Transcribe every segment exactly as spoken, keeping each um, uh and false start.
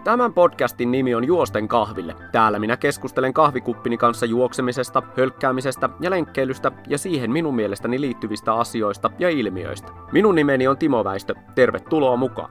Tämän podcastin nimi on Juosten kahville. Täällä minä keskustelen kahvikuppini kanssa juoksemisesta, hölkkäämisestä ja lenkkeilystä ja siihen minun mielestäni liittyvistä asioista ja ilmiöistä. Minun nimeni on Timo Väistö. Tervetuloa mukaan.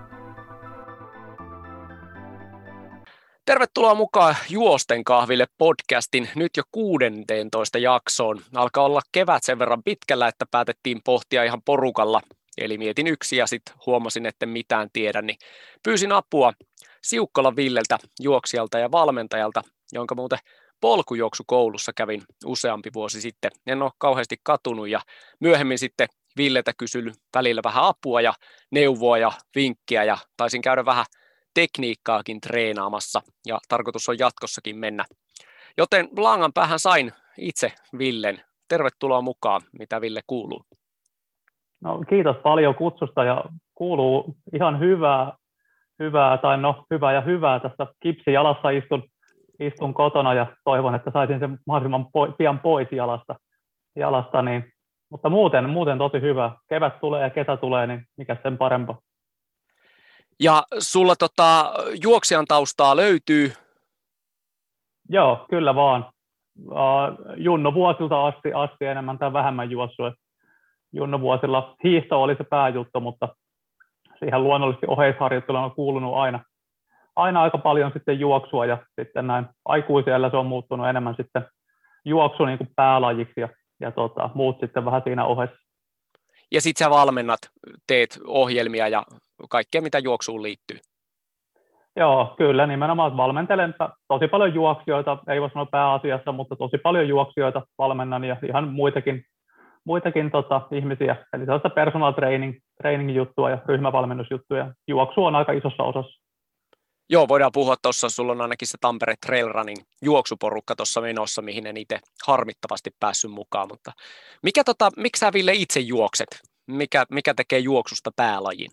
Tervetuloa mukaan Juosten kahville podcastin nyt jo kuudenteentoista jaksoon. Alkaa olla kevät sen verran pitkällä, että päätettiin pohtia ihan porukalla. Eli mietin yksi ja sitten huomasin, että mitään tiedä, niin pyysin apua Siukkolan Villeltä, juoksijalta ja valmentajalta, jonka muuten polkujuoksukoulussa kävin useampi vuosi sitten. En ole kauheasti katunut ja myöhemmin sitten Villeltä kysynyt välillä vähän apua ja neuvoa ja vinkkiä ja taisin käydä vähän tekniikkaakin treenaamassa ja tarkoitus on jatkossakin mennä. Joten langan päähän sain itse Villen. Tervetuloa mukaan, mitä Ville kuuluu. No, kiitos paljon kutsusta ja kuuluu ihan hyvää, hyvää tai no hyvää ja hyvää. Tässä kipsijalassa istun, istun kotona ja toivon, että saisin sen mahdollisimman po- pian pois jalasta. jalasta niin. Mutta muuten, muuten tosi hyvä. Kevät tulee ja kesä tulee, niin mikä sen parempaa. Ja sulla tota, juoksijan taustaa löytyy? Joo, kyllä vaan. Uh, Junno vuosilta asti, asti enemmän tai vähemmän juossut. Junno vuosilla hiihto oli se pääjuttu, mutta siihen luonnollisesti oheisharjoitteluun on kuulunut aina, aina aika paljon sitten juoksua ja sitten näin aikuisiellä se on muuttunut enemmän sitten juoksu niin kuin päälajiksi ja, ja tota, muut sitten vähän siinä ohessa. Ja sitten sä valmennat, teet ohjelmia ja kaikkea mitä juoksuun liittyy. Joo, kyllä nimenomaan valmentelen tosi paljon juoksijoita, ei voi sanoa pääasiassa, mutta tosi paljon juoksijoita valmennan ja ihan muitakin muitakin tota, ihmisiä, eli sellaista personal training, training-juttua ja ryhmävalmennusjuttuja. Juoksu on aika isossa osassa. Joo, voidaan puhua tuossa, sulla on ainakin se Tampere Trail Running juoksuporukka tuossa menossa, mihin en itse harmittavasti päässyt mukaan, mutta mikä tota, miksi sä Ville itse juokset? Mikä, mikä tekee juoksusta päälajin?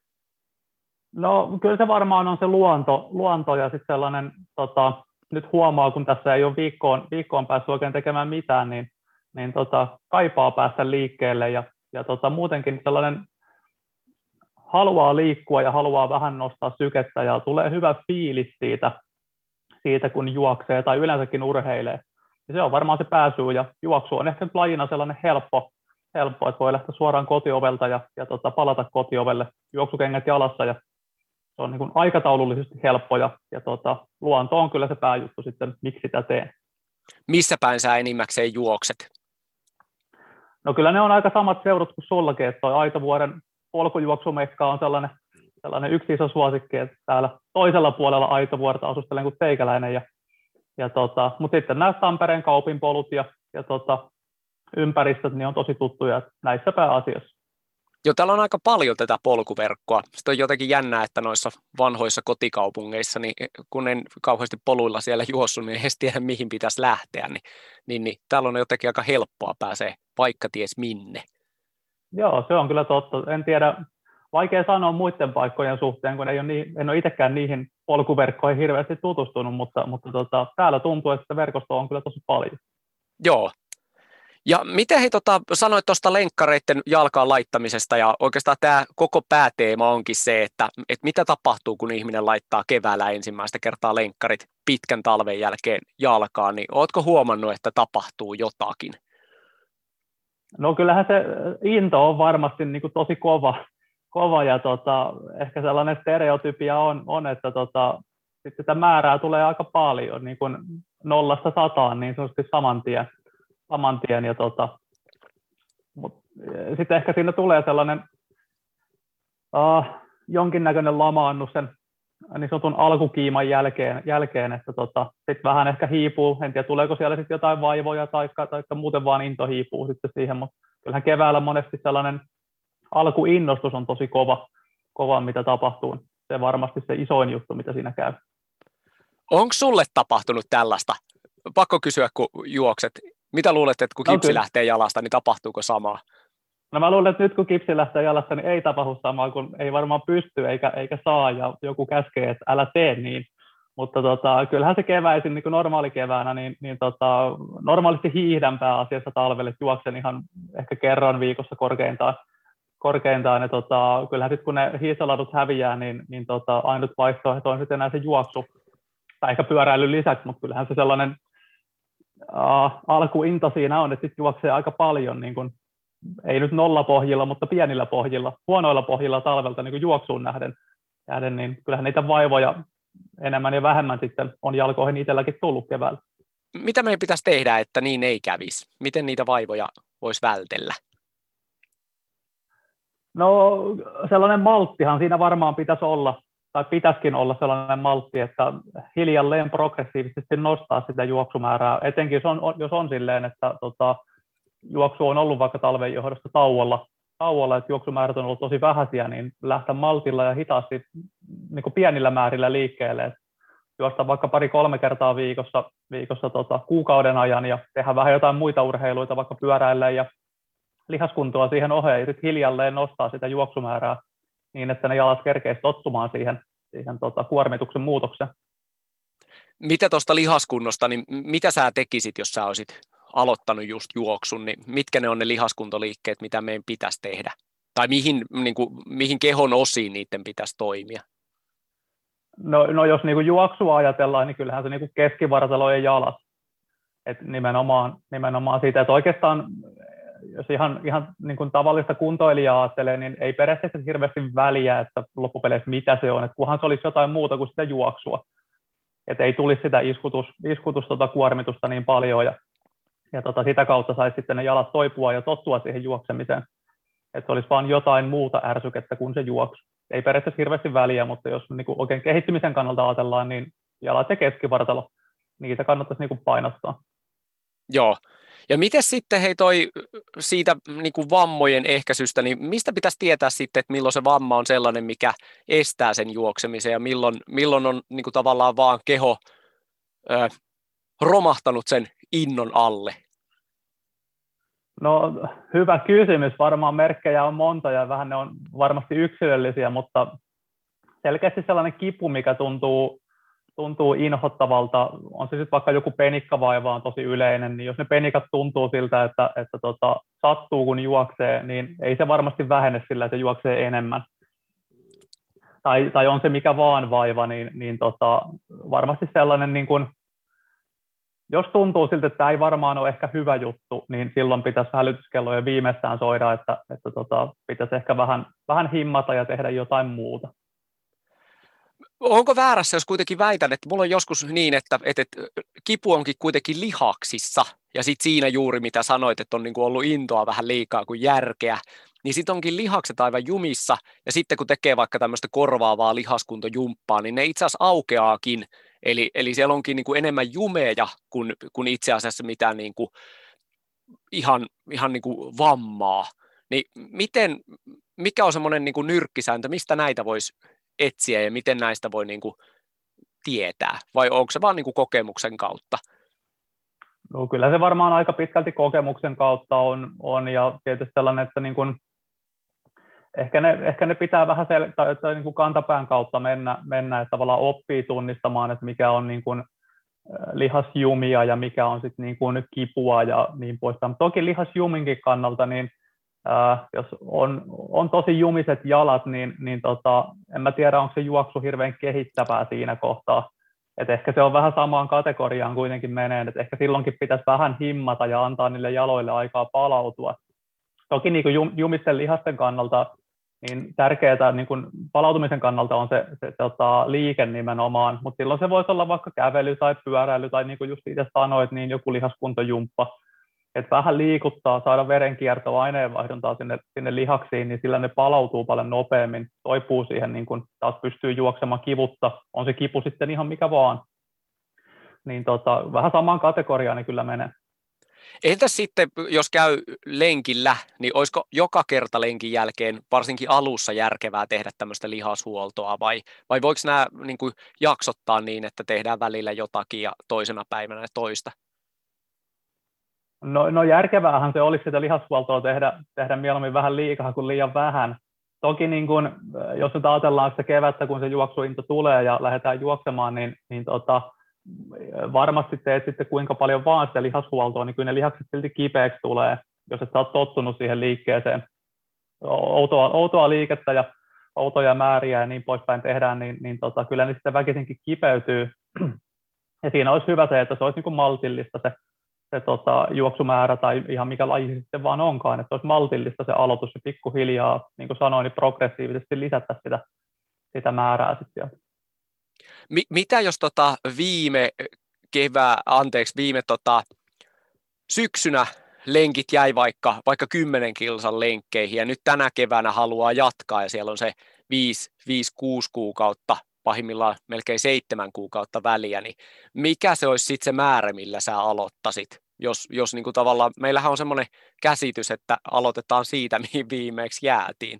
No kyllä se varmaan on se luonto, luonto ja sitten sellainen, tota, nyt huomaa, kun tässä ei ole viikkoon, viikkoon päässyt oikein tekemään mitään, niin niin tota, kaipaa päästä liikkeelle ja, ja tota, muutenkin sellainen haluaa liikkua ja haluaa vähän nostaa sykettä ja tulee hyvä fiilis siitä, siitä kun juoksee tai yleensäkin urheilee. Ja se on varmaan se pääsyy ja juoksu on ehkä lajina sellainen helppo, helppo että voi lähteä suoraan kotiovelta ja, ja tota, palata kotiovelle juoksukengät jalassa ja se on niin kuin aikataulullisesti helppo ja, ja tota, luonto on kyllä se pääjuttu sitten, miksi sitä teen. Missä päin sä enimmäkseen juokset? No kyllä ne on aika samat seudut kuin sullakin, että toi Aitovuoren polkujuoksumekka on sellainen, sellainen yksi iso suosikki, että täällä toisella puolella Aitovuorta asustelen kuin teikäläinen. Ja, ja tota, mutta sitten nämä Tampereen kaupinpolut ja, ja tota, ympäristöt niin on tosi tuttuja näissä pääasiassa. Joo, täällä on aika paljon tätä polkuverkkoa. Sitten on jotenkin jännää, että noissa vanhoissa kotikaupungeissa, niin kun en kauheasti poluilla siellä juossut, niin en edes tiedä, mihin pitäisi lähteä. Niin, niin, niin täällä on jotenkin aika helppoa pääsee vaikka ties minne. Joo, se on kyllä totta. En tiedä, vaikea sanoa muiden paikkojen suhteen, kun ei ole niin, en ole itsekään niihin polkuverkkoihin hirveästi tutustunut, mutta, mutta tota, täällä tuntuu, että verkosto on kyllä tosi paljon. Joo. Ja miten he tota, sanoit tuosta lenkkareiden jalkaan laittamisesta, ja oikeastaan tämä koko pääteema onkin se, että, että mitä tapahtuu, kun ihminen laittaa keväällä ensimmäistä kertaa lenkkarit pitkän talven jälkeen jalkaan, niin ootko huomannut, että tapahtuu jotakin? No kyllähän se into on varmasti niin kuin tosi kova, kova ja tota, ehkä sellainen stereotypia on, on että tota, sit sitä määrää tulee aika paljon, niin kuin nollasta sataan niin sanotusti saman tien. saman tien ja tota, sitten ehkä siinä tulee sellainen uh, jonkinnäköinen lamaannus sen niin sanotun alkukiiman jälkeen, jälkeen että tota, sitten vähän ehkä hiipuu, en tiedä tuleeko siellä sitten jotain vaivoja tai muuten vaan into hiipuu sitten siihen, mutta kyllähän keväällä monesti sellainen alkuinnostus on tosi kova, kova mitä tapahtuu, se varmasti se isoin juttu mitä siinä käy. Onko sulle tapahtunut tällaista? Pakko kysyä kun juokset. Mitä luulet, että kun kipsi no, lähtee jalasta, niin tapahtuuko samaa? No mä luulen, että nyt kun kipsi lähtee jalasta, niin ei tapahdu samaa, kun ei varmaan pysty eikä, eikä saa ja joku käskee, että älä tee niin. Mutta tota, kyllähän se keväisin, niin kuin normaali keväänä, niin, niin tota, normaalisti hiihdän pääasiassa talvelle, juoksen ihan ehkä kerran viikossa korkeintaan, korkeintaan. Ja tota, kyllähän sitten kun ne hiihtoladut häviää, niin, niin tota, ainut vaihtoehto on sitten enää se juoksu, tai ehkä pyöräilyn lisäksi, mutta kyllähän se sellainen uh, alkuinto siinä on, että sitten juoksee aika paljon, niin kun, ei nyt nollapohjilla, mutta pienillä pohjilla, huonoilla pohjilla talvelta niin juoksuun nähden, nähden, niin kyllähän niitä vaivoja enemmän ja vähemmän sitten on jalkoihin itselläkin tullut keväällä. Mitä meidän pitäisi tehdä, että niin ei kävisi? Miten niitä vaivoja voisi vältellä? No sellainen malttihan siinä varmaan pitäisi olla, tai pitäisikin olla sellainen maltti, että hiljalleen progressiivisesti nostaa sitä juoksumäärää, etenkin jos on, jos on silleen, että tota, juoksu on ollut vaikka talven johdosta tauolla, tauolla, että juoksumäärät on ollut tosi vähäisiä, niin lähteä maltilla ja hitaasti niin kuin pienillä määrillä liikkeelle, että juosta vaikka pari-kolme kertaa viikossa, viikossa tota, kuukauden ajan ja tehdä vähän jotain muita urheiluita, vaikka pyöräillä ja lihaskuntoa siihen oheen ja sitten hiljalleen nostaa sitä juoksumäärää niin, että ne jalat kerkeisi tottumaan siihen, siihen tota, kuormituksen muutokseen. Mitä tuosta lihaskunnosta, niin mitä sä tekisit, jos sä olisit aloittanut just juoksun, niin mitkä ne on ne lihaskuntoliikkeet, mitä meidän pitäisi tehdä? Tai mihin, niin kuin, mihin kehon osiin niiden pitäisi toimia? No, no jos niin kuin juoksua ajatellaan, niin kyllähän se niin kuin keskivartalo ja jalat. Et nimenomaan, nimenomaan siitä, että oikeastaan jos ihan, ihan niin kuin tavallista kuntoilijaa ajattelee, niin ei periaatteessa hirveästi väliä, että loppupeleissä mitä se on, että kunhan se olisi jotain muuta kuin sitä juoksua. Että ei tulisi sitä iskutus, iskutus tota, kuormitusta niin paljon ja, ja tota, sitä kautta saisi sitten ne jalat toipua ja tottua siihen juoksemiseen. Että olisi vain jotain muuta ärsykettä kuin se juoksu. Ei periaatteessa hirveästi väliä, mutta jos niin kuin oikein kehittymisen kannalta ajatellaan, niin jalat ja keskivartalo, niitä kannattaisi niin kuin painottaa. Joo. Ja miten sitten hei toi siitä niin kuin vammojen ehkäisystä, niin mistä pitäisi tietää sitten, että milloin se vamma on sellainen, mikä estää sen juoksemisen ja milloin, milloin on niin kuin tavallaan vaan keho ö, romahtanut sen innon alle? No hyvä kysymys. Varmaan merkkejä on monta ja vähän ne on varmasti yksilöllisiä, mutta selkeästi sellainen kipu, mikä tuntuu, tuntuu inhottavalta, on se sitten vaikka joku penikkavaiva on tosi yleinen, niin jos ne penikat tuntuu siltä, että, että tota, sattuu kun juoksee, niin ei se varmasti vähene sillä, että juoksee enemmän. Tai, tai on se mikä vaan vaiva, niin, niin tota, varmasti sellainen, niin kun, jos tuntuu siltä, että tämä ei varmaan ole ehkä hyvä juttu, niin silloin pitäisi hälytyskelloja viimeistään soida, että, että tota, pitäisi ehkä vähän, vähän himmata ja tehdä jotain muuta. Onko väärässä, jos kuitenkin väitän, että mulla on joskus niin, että, että kipu onkin kuitenkin lihaksissa, ja sitten siinä juuri mitä sanoit, että on niin kuin ollut intoa vähän liikaa kuin järkeä, niin sitten onkin lihakset aivan jumissa, ja sitten kun tekee vaikka tämmöistä korvaavaa lihaskuntojumppaa, niin ne itse asiassa aukeaakin, eli, eli siellä onkin niin kuin enemmän jumeja kuin, kuin itse asiassa mitään niin kuin ihan, ihan niin kuin vammaa. Niin miten, mikä on semmoinen niin kuin nyrkkisääntö, mistä näitä voisi etsiä ja miten näistä voi niin kuin tietää, vai onko se vaan niin kuin kokemuksen kautta? No, kyllä se varmaan aika pitkälti kokemuksen kautta on, on ja tietysti sellainen, että niin kuin, ehkä, ne, ehkä ne pitää vähän sel- tai, tai niin kuin kantapään kautta mennä, mennä, että tavallaan oppii tunnistamaan, että mikä on niin kuin lihasjumia ja mikä on sitten niin kuin kipua ja niin poispäin. Toki lihasjuminkin kannalta, niin Uh, jos on, on tosi jumiset jalat, niin, niin tota, en mä tiedä, onko se juoksu hirveän kehittävää siinä kohtaa. Et ehkä se on vähän samaan kategoriaan kuitenkin menee, että ehkä silloinkin pitäisi vähän himmata ja antaa niille jaloille aikaa palautua. Toki niin kuin jumisten lihasten kannalta, niin tärkeää niin kuin palautumisen kannalta on se, se tota, liike nimenomaan, mutta silloin se voisi olla vaikka kävely tai pyöräily tai niin kuin just itse sanoit, niin joku lihaskuntojumppa. Että vähän liikuttaa, saada verenkiertoa, aineenvaihduntaa sinne, sinne lihaksiin, niin sillä ne palautuu paljon nopeammin, toipuu siihen, niin kun taas pystyy juoksemaan kivutta, on se kipu sitten ihan mikä vaan. Niin tota, vähän samaan kategoriaan niin kyllä menee. Entäs sitten, jos käy lenkillä, niin olisiko joka kerta lenkin jälkeen, varsinkin alussa järkevää tehdä tämmöistä lihashuoltoa, vai, vai voiko nämä niin kuin jaksottaa niin, että tehdään välillä jotakin ja toisena päivänä toista? No, no järkeväähän se olisi sitä lihashuoltoa tehdä, tehdä mieluummin vähän liikaa kuin liian vähän. Toki niin kun, jos nyt ajatellaan sitä kevättä, kun se juoksuinto tulee ja lähdetään juoksemaan, niin, niin tota, varmasti teet sitten kuinka paljon vaan sitä lihashuoltoa, niin kyllä ne lihakset silti kipeäksi tulee, jos et sä oot tottunut siihen liikkeeseen, outoa, outoa liikettä ja outoja määriä ja niin poispäin tehdään, niin, niin tota, kyllä ne sitten väkisinkin kipeytyy. Ja siinä olisi hyvä se, että se olisi niin kuin maltillista se, se tota, juoksumäärä tai ihan mikä laji sitten vaan onkaan, että se olisi maltillista se aloitus ja pikkuhiljaa, niin kuin sanoin, niin progressiivisesti lisätä sitä, sitä määrää sitten. Mi- mitä jos tota viime kevää, anteeksi, viime tota syksynä lenkit jäi vaikka, vaikka kymmenen kilsan lenkkeihin ja nyt tänä keväänä haluaa jatkaa ja siellä on se viisi kuusi kuukautta, pahimmillaan melkein seitsemän kuukautta väliä, niin mikä se olisi sitten se määrä, millä sä aloittaisit? Jos, jos niin kuin tavallaan, meillähän on semmoinen käsitys, että aloitetaan siitä, mihin viimeksi jäätiin.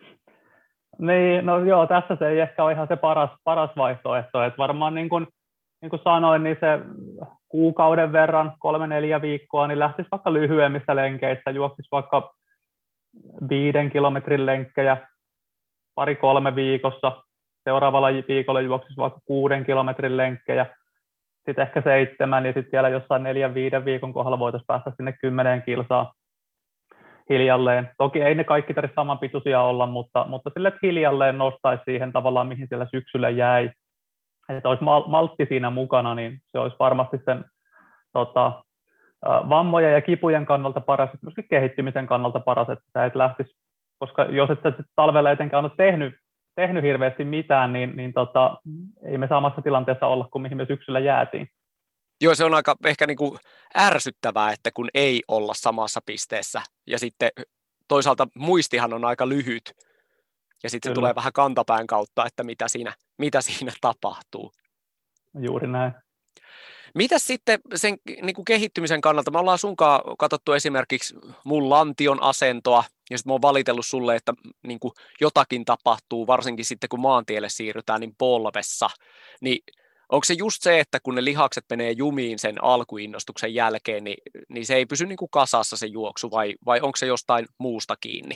Niin, no joo, tässä se ei ehkä ole ihan se paras, paras vaihtoehto, että varmaan niin kuin, niin kuin sanoin, niin se kuukauden verran, kolme neljä viikkoa, niin lähtisi vaikka lyhyemmistä lenkeistä, juoksisi vaikka viiden kilometrin lenkkejä pari kolme viikossa, seuraavalla viikolla juoksisi vaikka kuuden kilometrin lenkkejä, sitten ehkä seitsemän, ja sitten vielä jossain neljän viiden viikon kohdalla voitaisiin päästä sinne kymmeneen kilsaa hiljalleen. Toki ei ne kaikki tarvitse samanpituisia olla, mutta, mutta sille, että hiljalleen nostaisi siihen tavallaan, mihin siellä syksyllä jäi, että olisi maltti siinä mukana, niin se olisi varmasti sen tota, vammojen ja kipujen kannalta paras, myöskin kehittymisen kannalta paras, että sä et lähtisi, koska jos et sä talvella etenkään ole tehnyt, tehnyt hirveästi mitään, niin, niin tota, ei me samassa tilanteessa olla kuin mihin me syksyllä jäätiin. Joo, se on aika ehkä niin kuin ärsyttävää, että kun ei olla samassa pisteessä ja sitten toisaalta muistihan on aika lyhyt ja sitten se tulee vähän kantapään kautta, että mitä siinä, mitä siinä tapahtuu. Juuri näin. Mitäs sitten sen niin kuin kehittymisen kannalta? Me ollaan sunkaan katsottu esimerkiksi mun lantion asentoa, ja sitten mä oon valitellut sulle, että niin kuin jotakin tapahtuu, varsinkin sitten kun maantielle siirrytään, niin polvessa. Niin onko se just se, että kun ne lihakset menee jumiin sen alkuinnostuksen jälkeen, niin, niin se ei pysy niin kuin kasassa se juoksu, vai, vai onko se jostain muusta kiinni?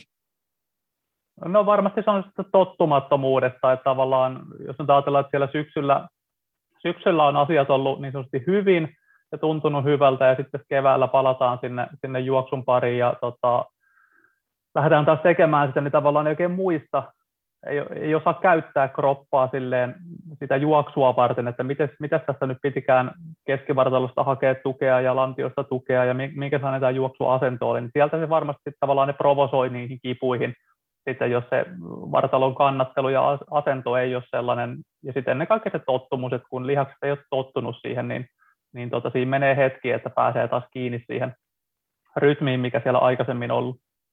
No varmasti se on tottumattomuudesta, että tavallaan, jos nyt ajatellaan, että siellä syksyllä, syksyllä on asiat ollut niin sanotusti hyvin ja tuntunut hyvältä, ja sitten keväällä palataan sinne, sinne juoksun pariin ja tota, lähdetään taas tekemään sitä, niin tavallaan ei oikein muista, ei, ei osaa käyttää kroppaa silleen sitä juoksua varten, että miten tässä nyt pitikään keskivartalosta hakea tukea ja lantiosta tukea ja minkä saa näitä juoksuasentoa, niin sieltä se varmasti tavallaan ne provosoi niihin kipuihin, sitten jos se vartalon kannattelu ja asento ei ole sellainen, ja sitten ennen kaikkea se tottumus, että kun lihakset ei ole tottunut siihen, niin, niin tota, siinä menee hetki, että pääsee taas kiinni siihen rytmiin, mikä siellä aikaisemmin ollut.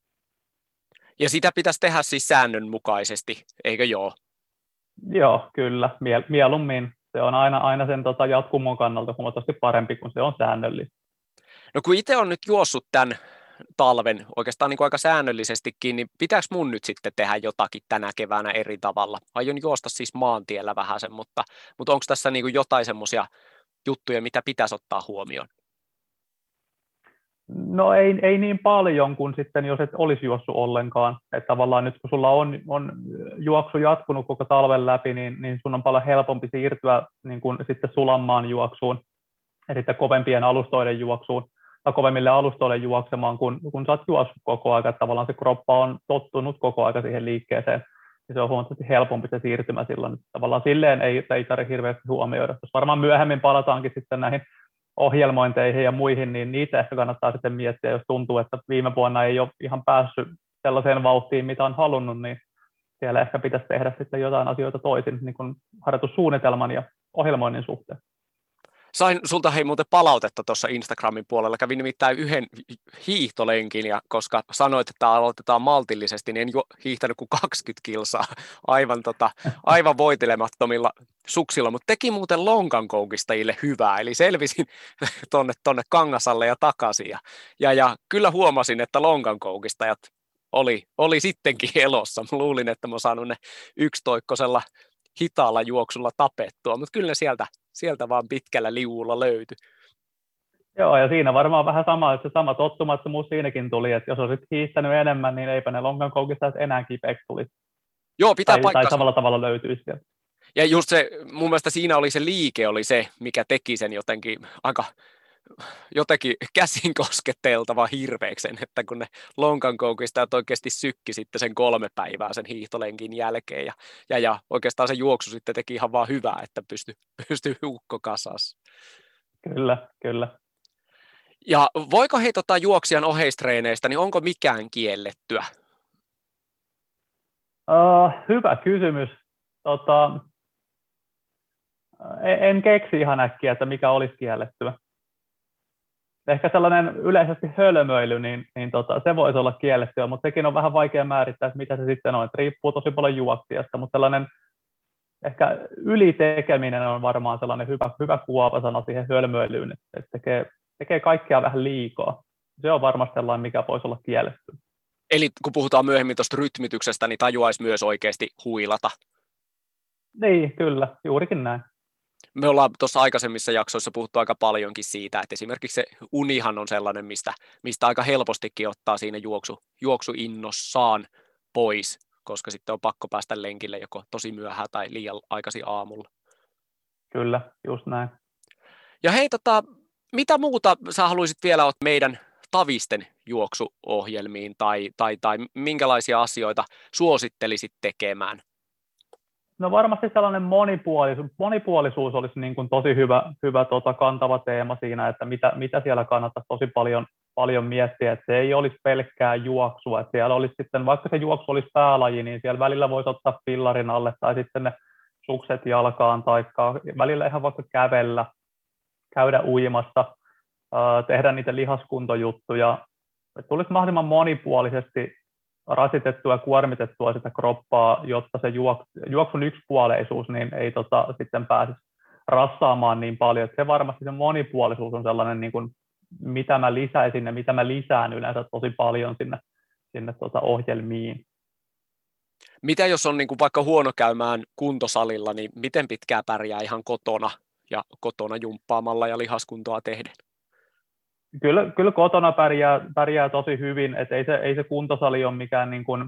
Ja sitä pitäisi tehdä siis säännönmukaisesti, eikö joo? Joo, kyllä, Miel- mieluummin. Se on aina, aina sen tota, jatkumon kannalta huomattavasti parempi, kun se on säännöllistä. No kun itse on nyt juossut tämän talven oikeastaan niin kuin aika säännöllisestikin, niin pitääkö mun nyt sitten tehdä jotakin tänä keväänä eri tavalla? Aion juosta siis maantiellä vähäsen, mutta, mutta onko tässä niin kuin jotain semmoisia juttuja, mitä pitäisi ottaa huomioon? No ei, ei niin paljon kuin sitten, jos et olisi juossut ollenkaan. Että tavallaan nyt kun sulla on, on juoksu jatkunut koko talven läpi, niin, niin sun on paljon helpompi siirtyä niin kuin sitten sulammaan juoksuun ja sitten kovempien alustoiden juoksuun tai kovemmille alustoille juoksemaan, kun, kun sä oot juossut koko ajan. Että tavallaan se kroppa on tottunut koko ajan siihen liikkeeseen. Ja se on huomattavasti helpompi se siirtymä silloin. Tavallaan silleen ei, ei tarvitse hirveästi huomioida. Jos varmaan myöhemmin palataankin sitten näihin ohjelmointeihin ja muihin, niin niitä ehkä kannattaa sitten miettiä, jos tuntuu, että viime vuonna ei ole ihan päässyt sellaiseen vauhtiin, mitä on halunnut, niin siellä ehkä pitäisi tehdä sitten jotain asioita toisin, niin kuin harjoitussuunnitelman ja ohjelmoinnin suhteen. Sain sulta hei muuten palautetta tuossa Instagramin puolella. Kävin nimittäin yhden hiihtolenkin, ja koska sanoit, että aloitetaan maltillisesti, niin en jo hiihtänyt kuin kaksikymmentä kilsaa aivan, tota, aivan voitelemattomilla suksilla, mutta teki muuten lonkankoukistajille hyvää, eli selvisin tonne, tonne Kangasalle ja takaisin. Ja, ja, ja kyllä huomasin, että lonkankoukistajat oli, oli sittenkin elossa. Mä luulin, että mä oon saanut ne yksitoikkosella hitaalla juoksulla tapettua, mutta kyllä ne sieltä Sieltä vaan pitkällä liuulla löytyi. Joo, ja siinä varmaan vähän sama, että se sama tottumattomuus siinäkin tuli, että jos olisit hiihtänyt enemmän, niin eipä ne lonkankoukistajat enää kipeäksi tulisi. Joo, pitää tai, paikkansa. Tai samalla tavalla löytyisi sieltä. Ja just se, mun mielestä siinä oli se liike, oli se, mikä teki sen jotenkin aika jotenkin käsin kosketeltava hirveeksen, että kun ne lonkankoukistajat oikeasti sykki sitten sen kolme päivää sen hiihtolenkin jälkeen ja, ja, ja oikeastaan se juoksu sitten teki ihan vaan hyvää, että pystyi pysty ukko kasassa. Kyllä, kyllä. Ja voiko hei tota, juoksijan oheistreeneistä, niin onko mikään kiellettyä? Uh, hyvä kysymys. Tota, en, en keksi ihan äkkiä, että mikä olisi kiellettyä. Ehkä sellainen yleisesti hölmöily, niin, niin tota, se voisi olla kiellettyä, mutta sekin on vähän vaikea määrittää, että mitä se sitten on. Että riippuu tosi paljon juoksijasta, mutta sellainen ehkä ylitekeminen on varmaan sellainen hyvä, hyvä kuopasana siihen hölmöilyyn, että tekee, tekee kaikkea vähän liikaa. Se on varmasti sellainen, mikä voisi olla kielletty. Eli kun puhutaan myöhemmin tuosta rytmityksestä, niin tajuaisi myös oikeasti huilata. Niin, kyllä, juurikin näin. Me ollaan tuossa aikaisemmissa jaksoissa puhuttu aika paljonkin siitä, että esimerkiksi se unihan on sellainen, mistä, mistä aika helpostikin ottaa siinä juoksu, juoksuinnossaan pois, koska sitten on pakko päästä lenkille joko tosi myöhään tai liian aikaisin aamulla. Kyllä, just näin. Ja hei, tota, mitä muuta sä haluaisit vielä ottaa meidän Tavisten juoksuohjelmiin tai, tai, tai minkälaisia asioita suosittelisit tekemään? No varmasti sellainen monipuolisuus, monipuolisuus olisi niin kuin tosi hyvä, hyvä tota, kantava teema siinä, että mitä, mitä siellä kannattaisi tosi paljon, paljon miettiä, että se ei olisi pelkkää juoksua, että siellä olisi sitten, vaikka se juoksu olisi päälaji, niin siellä välillä voisi ottaa fillarin alle tai sitten ne sukset jalkaan tai välillä ihan vaikka kävellä, käydä uimassa, tehdä niitä lihaskuntojuttuja, että tulisi mahdollisimman monipuolisesti rasitettua ja kuormitettua sitä kroppaa, jotta se juoksun yksipuoleisuus niin ei tota, sitten pääsisi rassaamaan niin paljon. Että se varmasti se monipuolisuus on sellainen, niin kuin, mitä mä lisäisin ja mitä mä lisään yleensä tosi paljon sinne, sinne tota ohjelmiin. Mitä jos on niin kuin vaikka huono käymään kuntosalilla, niin miten pitkään pärjää ihan kotona ja kotona jumppaamalla ja lihaskuntoa tehden? Kyllä, kyllä kotona pärjää, pärjää tosi hyvin, että ei se, ei se kuntosali ole mikään niin kuin,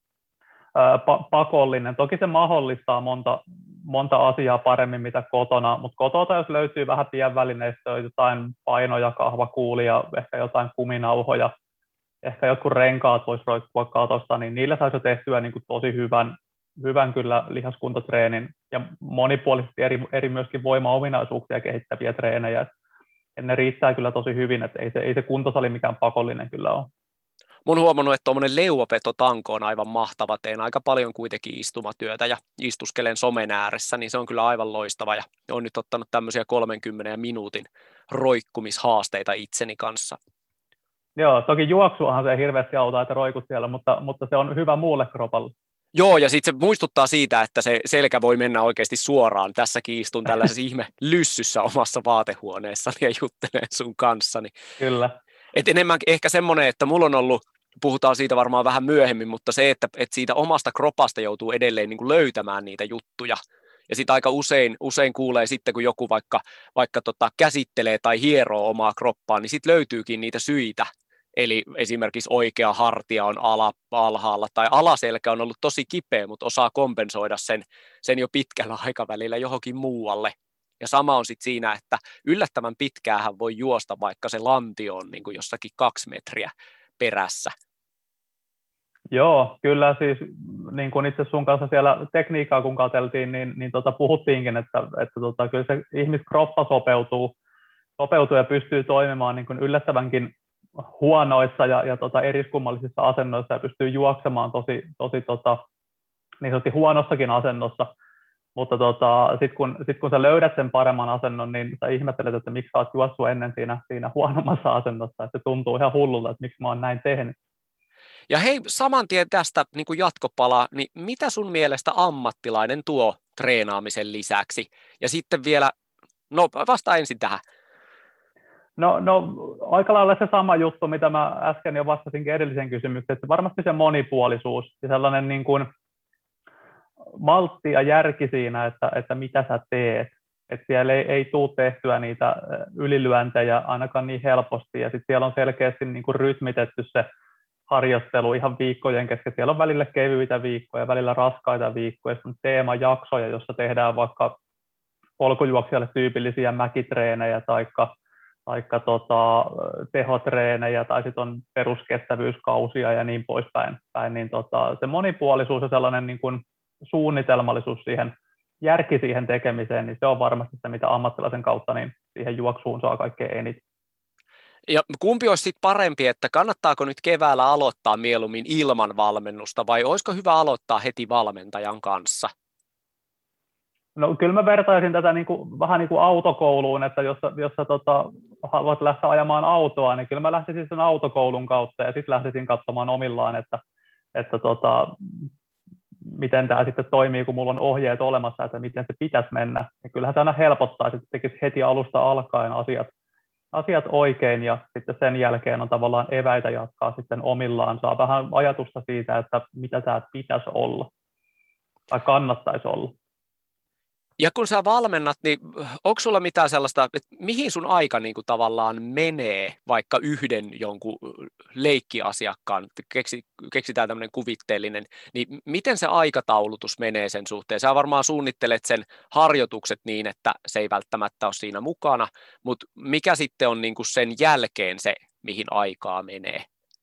ää, pa- pakollinen. Toki se mahdollistaa monta, monta asiaa paremmin mitä kotona, mutta kotota jos löytyy vähän pienvälineistöä, jotain painoja, kahvakuulia, ehkä jotain kuminauhoja, ehkä jotkut renkaat voisi roikkua katosta, niin niillä saisi jo tehtyä niin kuin tosi hyvän, hyvän kyllä lihaskuntotreenin ja monipuolisesti eri, eri myöskin voimaominaisuuksia kehittäviä treenejä. Ja ne riittää kyllä tosi hyvin, että ei se, ei se kuntosali mikään pakollinen kyllä ole. Mä oon huomannut, että tuommoinen leuapetotanko on aivan mahtava. Teen aika paljon kuitenkin istumatyötä ja istuskelen somen ääressä, niin se on kyllä aivan loistava. Ja olen nyt ottanut tämmöisiä kolmenkymmenen minuutin roikkumishaasteita itseni kanssa. Joo, toki juoksuahan se ei hirveästi auta, että roikut siellä, mutta, mutta se on hyvä muulle kropalle. Joo, ja sitten se muistuttaa siitä, että se selkä voi mennä oikeasti suoraan. Tässäkin istun tällaisessa ihme lyssyssä omassa vaatehuoneessani ja juttelen sun kanssani. Kyllä. Et enemmän ehkä semmoinen, että mulla on ollut, puhutaan siitä varmaan vähän myöhemmin, mutta se, että, että siitä omasta kropasta joutuu edelleen niin kuin löytämään niitä juttuja. Ja sitten aika usein, usein kuulee sitten, kun joku vaikka, vaikka tota, käsittelee tai hieroo omaa kroppaa, niin sitten löytyykin niitä syitä. Eli esimerkiksi oikea hartia on ala, alhaalla tai alaselkä on ollut tosi kipeä, mutta osaa kompensoida sen, sen jo pitkällä aikavälillä johonkin muualle. Ja sama on sitten siinä, että yllättävän pitkäähän voi juosta, vaikka se lantio on niin kuin jossakin kaksi metriä perässä. Joo, kyllä siis niin kuin itse sun kanssa siellä tekniikkaa kun katseltiin, niin, niin tota, puhuttiinkin, että, että tota, kyllä se ihmiskroppa sopeutuu, sopeutuu ja pystyy toimimaan niin kuin yllättävänkin huonoissa ja, ja tota, eriskummallisissa asennoissa ja pystyy juoksemaan tosi, tosi tota, niin sanotusti huonossakin asennossa. Mutta tota, sitten kun, sit kun sä löydät sen paremman asennon, niin sä ihmettelet, että miksi sä oot juossut ennen siinä, siinä huonommassa asennossa. Että se tuntuu ihan hullulta, että miksi mä oon näin tehnyt. Ja hei, saman tien tästä niin kuin jatkopala, niin mitä sun mielestä ammattilainen tuo treenaamisen lisäksi? Ja sitten vielä, no vasta ensin tähän. No, no aika lailla se sama juttu, mitä mä äsken jo vastasinkin edellisen kysymykseen, että varmasti se monipuolisuus ja sellainen niin kuin maltti ja järki siinä, että, että mitä sä teet. Että siellä ei, ei tule tehtyä niitä ylilyöntejä ainakaan niin helposti ja sitten siellä on selkeästi niin kuin rytmitetty se harjoittelu ihan viikkojen kesken. Siellä on välillä kevyitä viikkoja, välillä raskaita viikkoja, sitten teemajaksoja, jossa tehdään vaikka polkujuoksijalle tyypillisiä mäkitreenejä tai taikka tota, tehotreenejä tai sitten on peruskestävyyskausia ja niin poispäin. Päin, niin tota, se monipuolisuus ja sellainen niin kuin suunnitelmallisuus siihen, järki siihen tekemiseen, niin se on varmasti se, mitä ammattilaisen kautta niin siihen juoksuun saa kaikkein eniten. Ja kumpi olisi sitten parempi, että kannattaako nyt keväällä aloittaa mieluummin ilman valmennusta vai olisiko hyvä aloittaa heti valmentajan kanssa? No kyllä mä vertaisin tätä niin kuin, vähän niin kuin autokouluun, että jos, jos sä tota, haluat lähteä ajamaan autoa, niin kyllä mä lähtisin sen autokoulun kautta ja sitten lähtisin katsomaan omillaan, että, että tota, miten tämä sitten toimii, kun mulla on ohjeet olemassa, että miten se pitäisi mennä. Ja kyllähän se aina helpottaa, että tekisi heti alusta alkaen asiat, asiat oikein ja sitten sen jälkeen on tavallaan eväitä jatkaa sitten omillaan. Saa vähän ajatusta siitä, että mitä tämä pitäisi olla tai kannattaisi olla. Ja kun sä valmennat, niin onko sulla mitään sellaista, että mihin sun aika niin kuin tavallaan menee vaikka yhden jonkun leikkiasiakkaan, keksi, keksitään tämmöinen kuvitteellinen, niin miten se aikataulutus menee sen suhteen? Sä varmaan suunnittelet sen harjoitukset niin, että se ei välttämättä ole siinä mukana, mutta mikä sitten on niin kuin sen jälkeen se, mihin aikaa menee?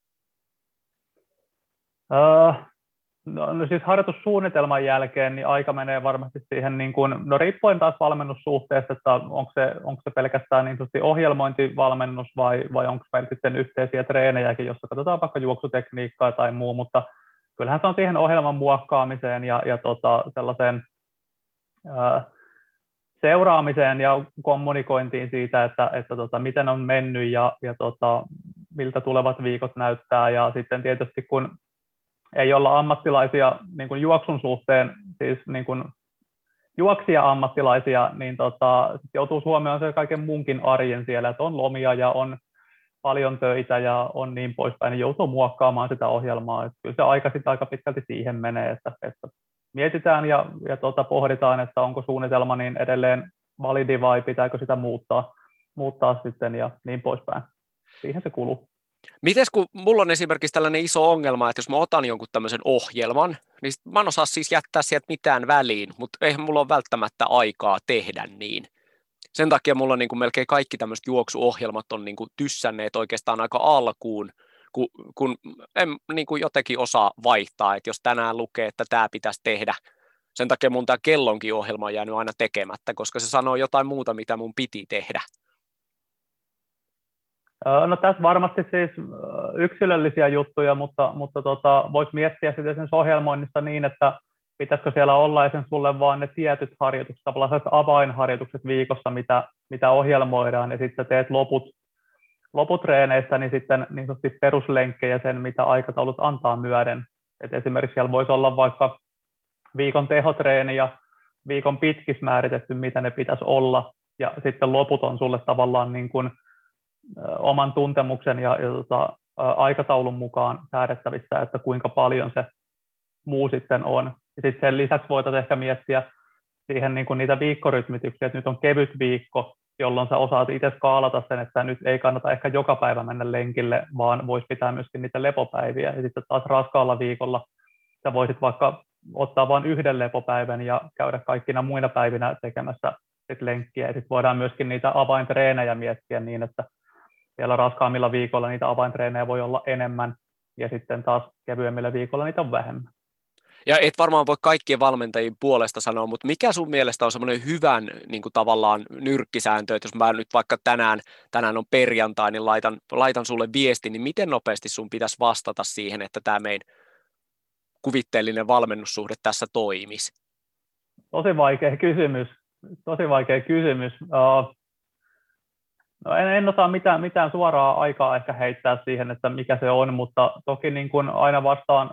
Uh. No, no siis harjoitussuunnitelman jälkeen niin aika menee varmasti siihen, niin kuin, no riippuen taas valmennussuhteesta, että onko se, onko se pelkästään niin ohjelmointivalmennus vai, vai onko meillä sitten yhteisiä treenejäkin, jossa katsotaan vaikka juoksutekniikkaa tai muu, mutta kyllähän se on siihen ohjelman muokkaamiseen ja, ja tota, sellaiseen ää, seuraamiseen ja kommunikointiin siitä, että, että tota, miten on mennyt ja, ja tota, miltä tulevat viikot näyttää ja sitten tietysti kun ei olla ammattilaisia niin kuin juoksun suhteen, siis niin kuin juoksija-ammattilaisia, niin tota, joutuu huomioon se kaiken muunkin arjen siellä, että on lomia ja on paljon töitä ja on niin poispäin, niin joutuu muokkaamaan sitä ohjelmaa. Että kyllä se aika sitten aika pitkälti siihen menee, että, että mietitään ja, ja tota, pohditaan, että onko suunnitelma niin edelleen validi vai pitääkö sitä muuttaa, muuttaa sitten ja niin poispäin. Siihen se kuluu. Mites kun mulla on esimerkiksi tällainen iso ongelma, että jos mä otan jonkun tämmöisen ohjelman, niin mä en osaa siis jättää sieltä mitään väliin, mutta eihän mulla ole välttämättä aikaa tehdä niin. Sen takia mulla on niin kuin melkein kaikki tämmöiset juoksuohjelmat on niin kuin tyssänneet oikeastaan aika alkuun, kun, kun en niin kuin jotenkin osaa vaihtaa, että jos tänään lukee, että tämä pitäisi tehdä. Sen takia mun tämä kellonkin ohjelma on jäänyt aina tekemättä, koska se sanoo jotain muuta, mitä mun piti tehdä. No tässä varmasti siis yksilöllisiä juttuja, mutta, mutta tota, voisi miettiä sitten sen ohjelmoinnissa niin, että pitäisikö siellä olla sen sulle vaan ne tietyt harjoitukset, tavallaan avainharjoitukset viikossa, mitä, mitä ohjelmoidaan, ja sitten teet loput, loput treeneistä, niin sitten niin sanotusti peruslenkkejä sen, mitä aikataulut antaa myöden. Et esimerkiksi siellä voisi olla vaikka viikon tehotreeni ja viikon pitkis määritetty, mitä ne pitäisi olla, ja sitten loput on sulle tavallaan niin kuin oman tuntemuksen ja, ja tota, aikataulun mukaan säädettävissä, että kuinka paljon se muu sitten on. Ja sitten sen lisäksi voitaisiin ehkä miettiä siihen niin kuin niitä viikkorytmityksiä, että nyt on kevyt viikko, jolloin sä osaat itse skaalata sen, että nyt ei kannata ehkä joka päivä mennä lenkille, vaan voisi pitää myöskin niitä lepopäiviä. Ja sitten taas raskaalla viikolla sä voisit vaikka ottaa vain yhden lepopäivän ja käydä kaikkina muina päivinä tekemässä sit lenkkiä. Ja sitten voidaan myöskin niitä avaintreenejä miettiä niin, että siellä raskaammilla viikoilla niitä avaintreenejä voi olla enemmän, ja sitten taas kevyemmillä viikoilla niitä on vähemmän. Ja et varmaan voi kaikkien valmentajien puolesta sanoa, mutta mikä sun mielestä on semmoinen hyvän niin kuin tavallaan nyrkkisääntö, että jos mä nyt vaikka tänään, tänään on perjantai, niin laitan, laitan sulle viesti, niin miten nopeasti sun pitäisi vastata siihen, että tämä meidän kuvitteellinen valmennussuhde tässä toimisi? Tosi vaikea kysymys. Tosi vaikea kysymys. Uh, No en, en osaa mitään, mitään suoraa aikaa ehkä heittää siihen, että mikä se on, mutta toki niin kuin aina vastaan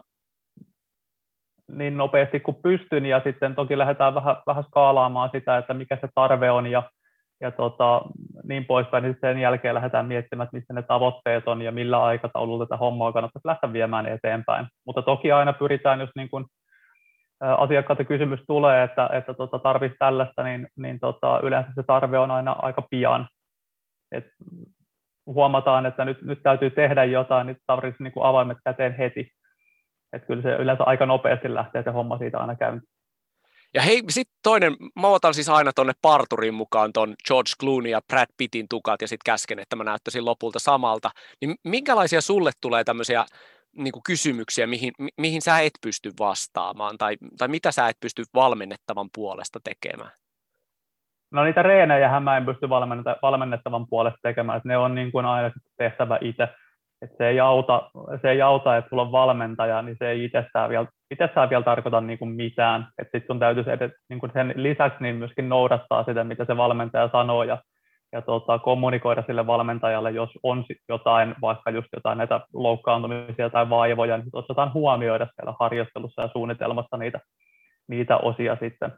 niin nopeasti kuin pystyn, ja sitten toki lähdetään vähän, vähän skaalaamaan sitä, että mikä se tarve on ja, ja tota, niin poispäin, niin sen jälkeen lähdetään miettimään, että missä ne tavoitteet on ja millä aikataululla tätä hommaa kannattaisi lähteä viemään eteenpäin. Mutta toki aina pyritään, jos niin kuin asiakkaalta kysymys tulee, että, että tota, tarvitsisi tällaista, niin, niin tota, yleensä se tarve on aina aika pian. Et huomataan, että nyt, nyt täytyy tehdä jotain, nyt tarvitsisi niin kuin avaimet käteen heti. Et kyllä se yleensä aika nopeasti lähtee se homma siitä aina käyntiin. Ja hei, sitten toinen, mä otan siis aina tuonne parturin mukaan ton George Clooney ja Brad Pittin tukat ja sitten käsken, että mä näyttäisin lopulta samalta. Niin minkälaisia sulle tulee tämmöisiä niin kuin kysymyksiä, mihin, mi- mihin sä et pysty vastaamaan tai, tai mitä sä et pysty valmennettavan puolesta tekemään? No niitä reenejähän mä en pysty valmennettavan puolesta tekemään, että ne on niin kuin aina tehtävä itse. Että se ei auta, se ei auta, että sulla on valmentaja, niin se ei itsessään vielä, itsessään vielä tarkoita niin kuin mitään. Että sitten sun täytyisi edes, niin kuin sen lisäksi niin myöskin noudattaa sitä, mitä se valmentaja sanoo ja, ja tota, kommunikoida sille valmentajalle, jos on jotain, vaikka just jotain näitä loukkaantumisia tai vaivoja, niin osataan huomioida siellä harjoittelussa ja suunnitelmassa niitä, niitä osia sitten.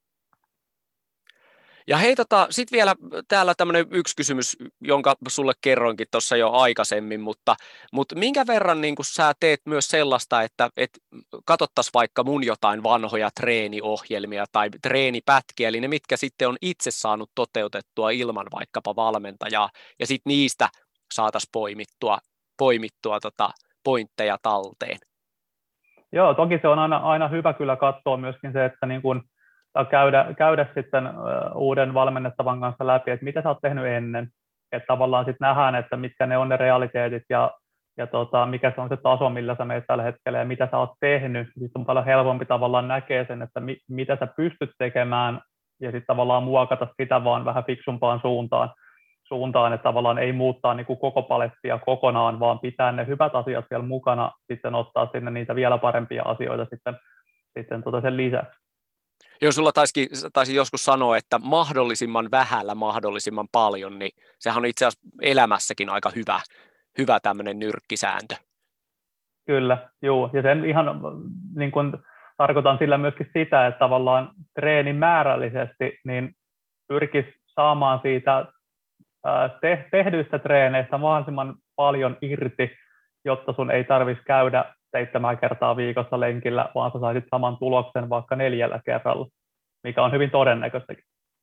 Ja hei, tota, sitten vielä täällä tämmöinen yksi kysymys, jonka sulle kerroinkin tuossa jo aikaisemmin, mutta, mutta minkä verran niin kun sä teet myös sellaista, että et katsottaisiin vaikka mun jotain vanhoja treeniohjelmia tai treenipätkiä, eli ne mitkä sitten on itse saanut toteutettua ilman vaikkapa valmentajaa, ja sitten niistä saataisiin poimittua, poimittua tota pointteja talteen. Joo, toki se on aina, aina hyvä kyllä katsoa myöskin se, että niin kun käydä, käydä sitten uuden valmennettavan kanssa läpi, että mitä sä oot tehnyt ennen, että tavallaan sitten nähdään, että mitkä ne on ne realiteetit ja, ja tota, mikä se on se taso, millä sä menet tällä hetkellä ja mitä sä oot tehnyt. Sitten on paljon helpompi tavallaan näkee sen, että mi, mitä sä pystyt tekemään ja sitten tavallaan muokata sitä vaan vähän fiksumpaan suuntaan, suuntaan että tavallaan ei muuttaa niin kuin koko palettia kokonaan, vaan pitää ne hyvät asiat siellä mukana, sitten ottaa sinne niitä vielä parempia asioita sitten, sitten tota sen lisäksi. Jos sulla taisi, taisi joskus sanoa, että mahdollisimman vähällä mahdollisimman paljon, niin sehän on itse asiassa elämässäkin aika hyvä, hyvä tämmöinen nyrkkisääntö. Kyllä, joo. Ja sen ihan niin kun, tarkoitan sillä myöskin sitä, että tavallaan treenin määrällisesti niin pyrkisi saamaan siitä te- tehdyistä treeneistä mahdollisimman paljon irti, jotta sun ei tarvitsisi käydä seitsemän kertaa viikossa lenkillä, vaan sä saisit saman tuloksen vaikka neljällä kerralla, mikä on hyvin todennäköistäkin.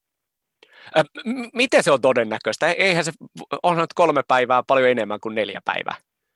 M- miten se on todennäköistä? Eihän se, onhan nyt kolme päivää paljon enemmän kuin neljä päivää.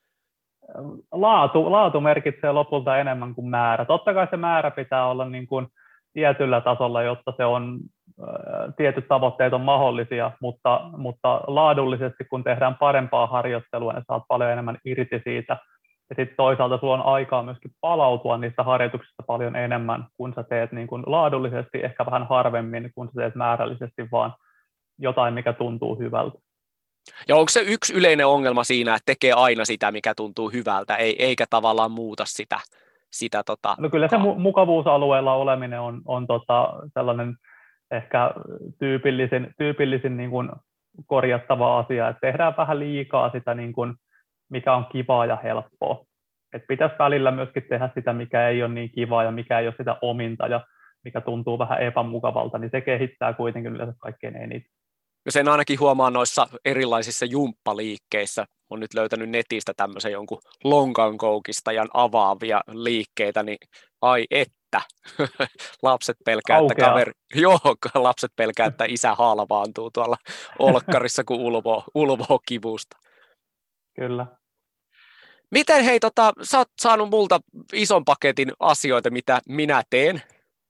Laatu, laatu merkitsee lopulta enemmän kuin määrä. Totta kai se määrä pitää olla niin kuin tietyllä tasolla, jotta se on, ää, tietyt tavoitteet on mahdollisia, mutta, mutta laadullisesti kun tehdään parempaa harjoittelua, niin saat paljon enemmän irti siitä. Ja sitten toisaalta sulla on aikaa myöskin palautua niistä harjoituksista paljon enemmän, kun sä teet niin kuin laadullisesti, ehkä vähän harvemmin, kun sä teet määrällisesti vaan jotain, mikä tuntuu hyvältä. Ja onko se yksi yleinen ongelma siinä, että tekee aina sitä, mikä tuntuu hyvältä, eikä tavallaan muuta sitä? sitä tota... No kyllä se mu- mukavuusalueella oleminen on, on tota sellainen ehkä tyypillisin, tyypillisin niin kuin korjattava asia, että tehdään vähän liikaa sitä, niin kuin, mikä on kivaa ja helppoa. Et pitäisi välillä myöskin tehdä sitä, mikä ei ole niin kivaa ja mikä ei ole sitä ominta ja mikä tuntuu vähän epämukavalta, niin se kehittää kuitenkin yleensä kaikkein eniten. Ja sen ainakin huomaa noissa erilaisissa jumppaliikkeissä. Olen nyt löytänyt netistä tämmöisen jonkun lonkankoukistajan avaavia liikkeitä, niin ai että. lapset pelkää, että kaveri... Joo, lapset pelkää, että isä halvaantuu tuolla olkkarissa, kun ulvoo, ulvoo kivusta. Kyllä. Miten hei, tota, sä oot saanut multa ison paketin asioita, mitä minä teen.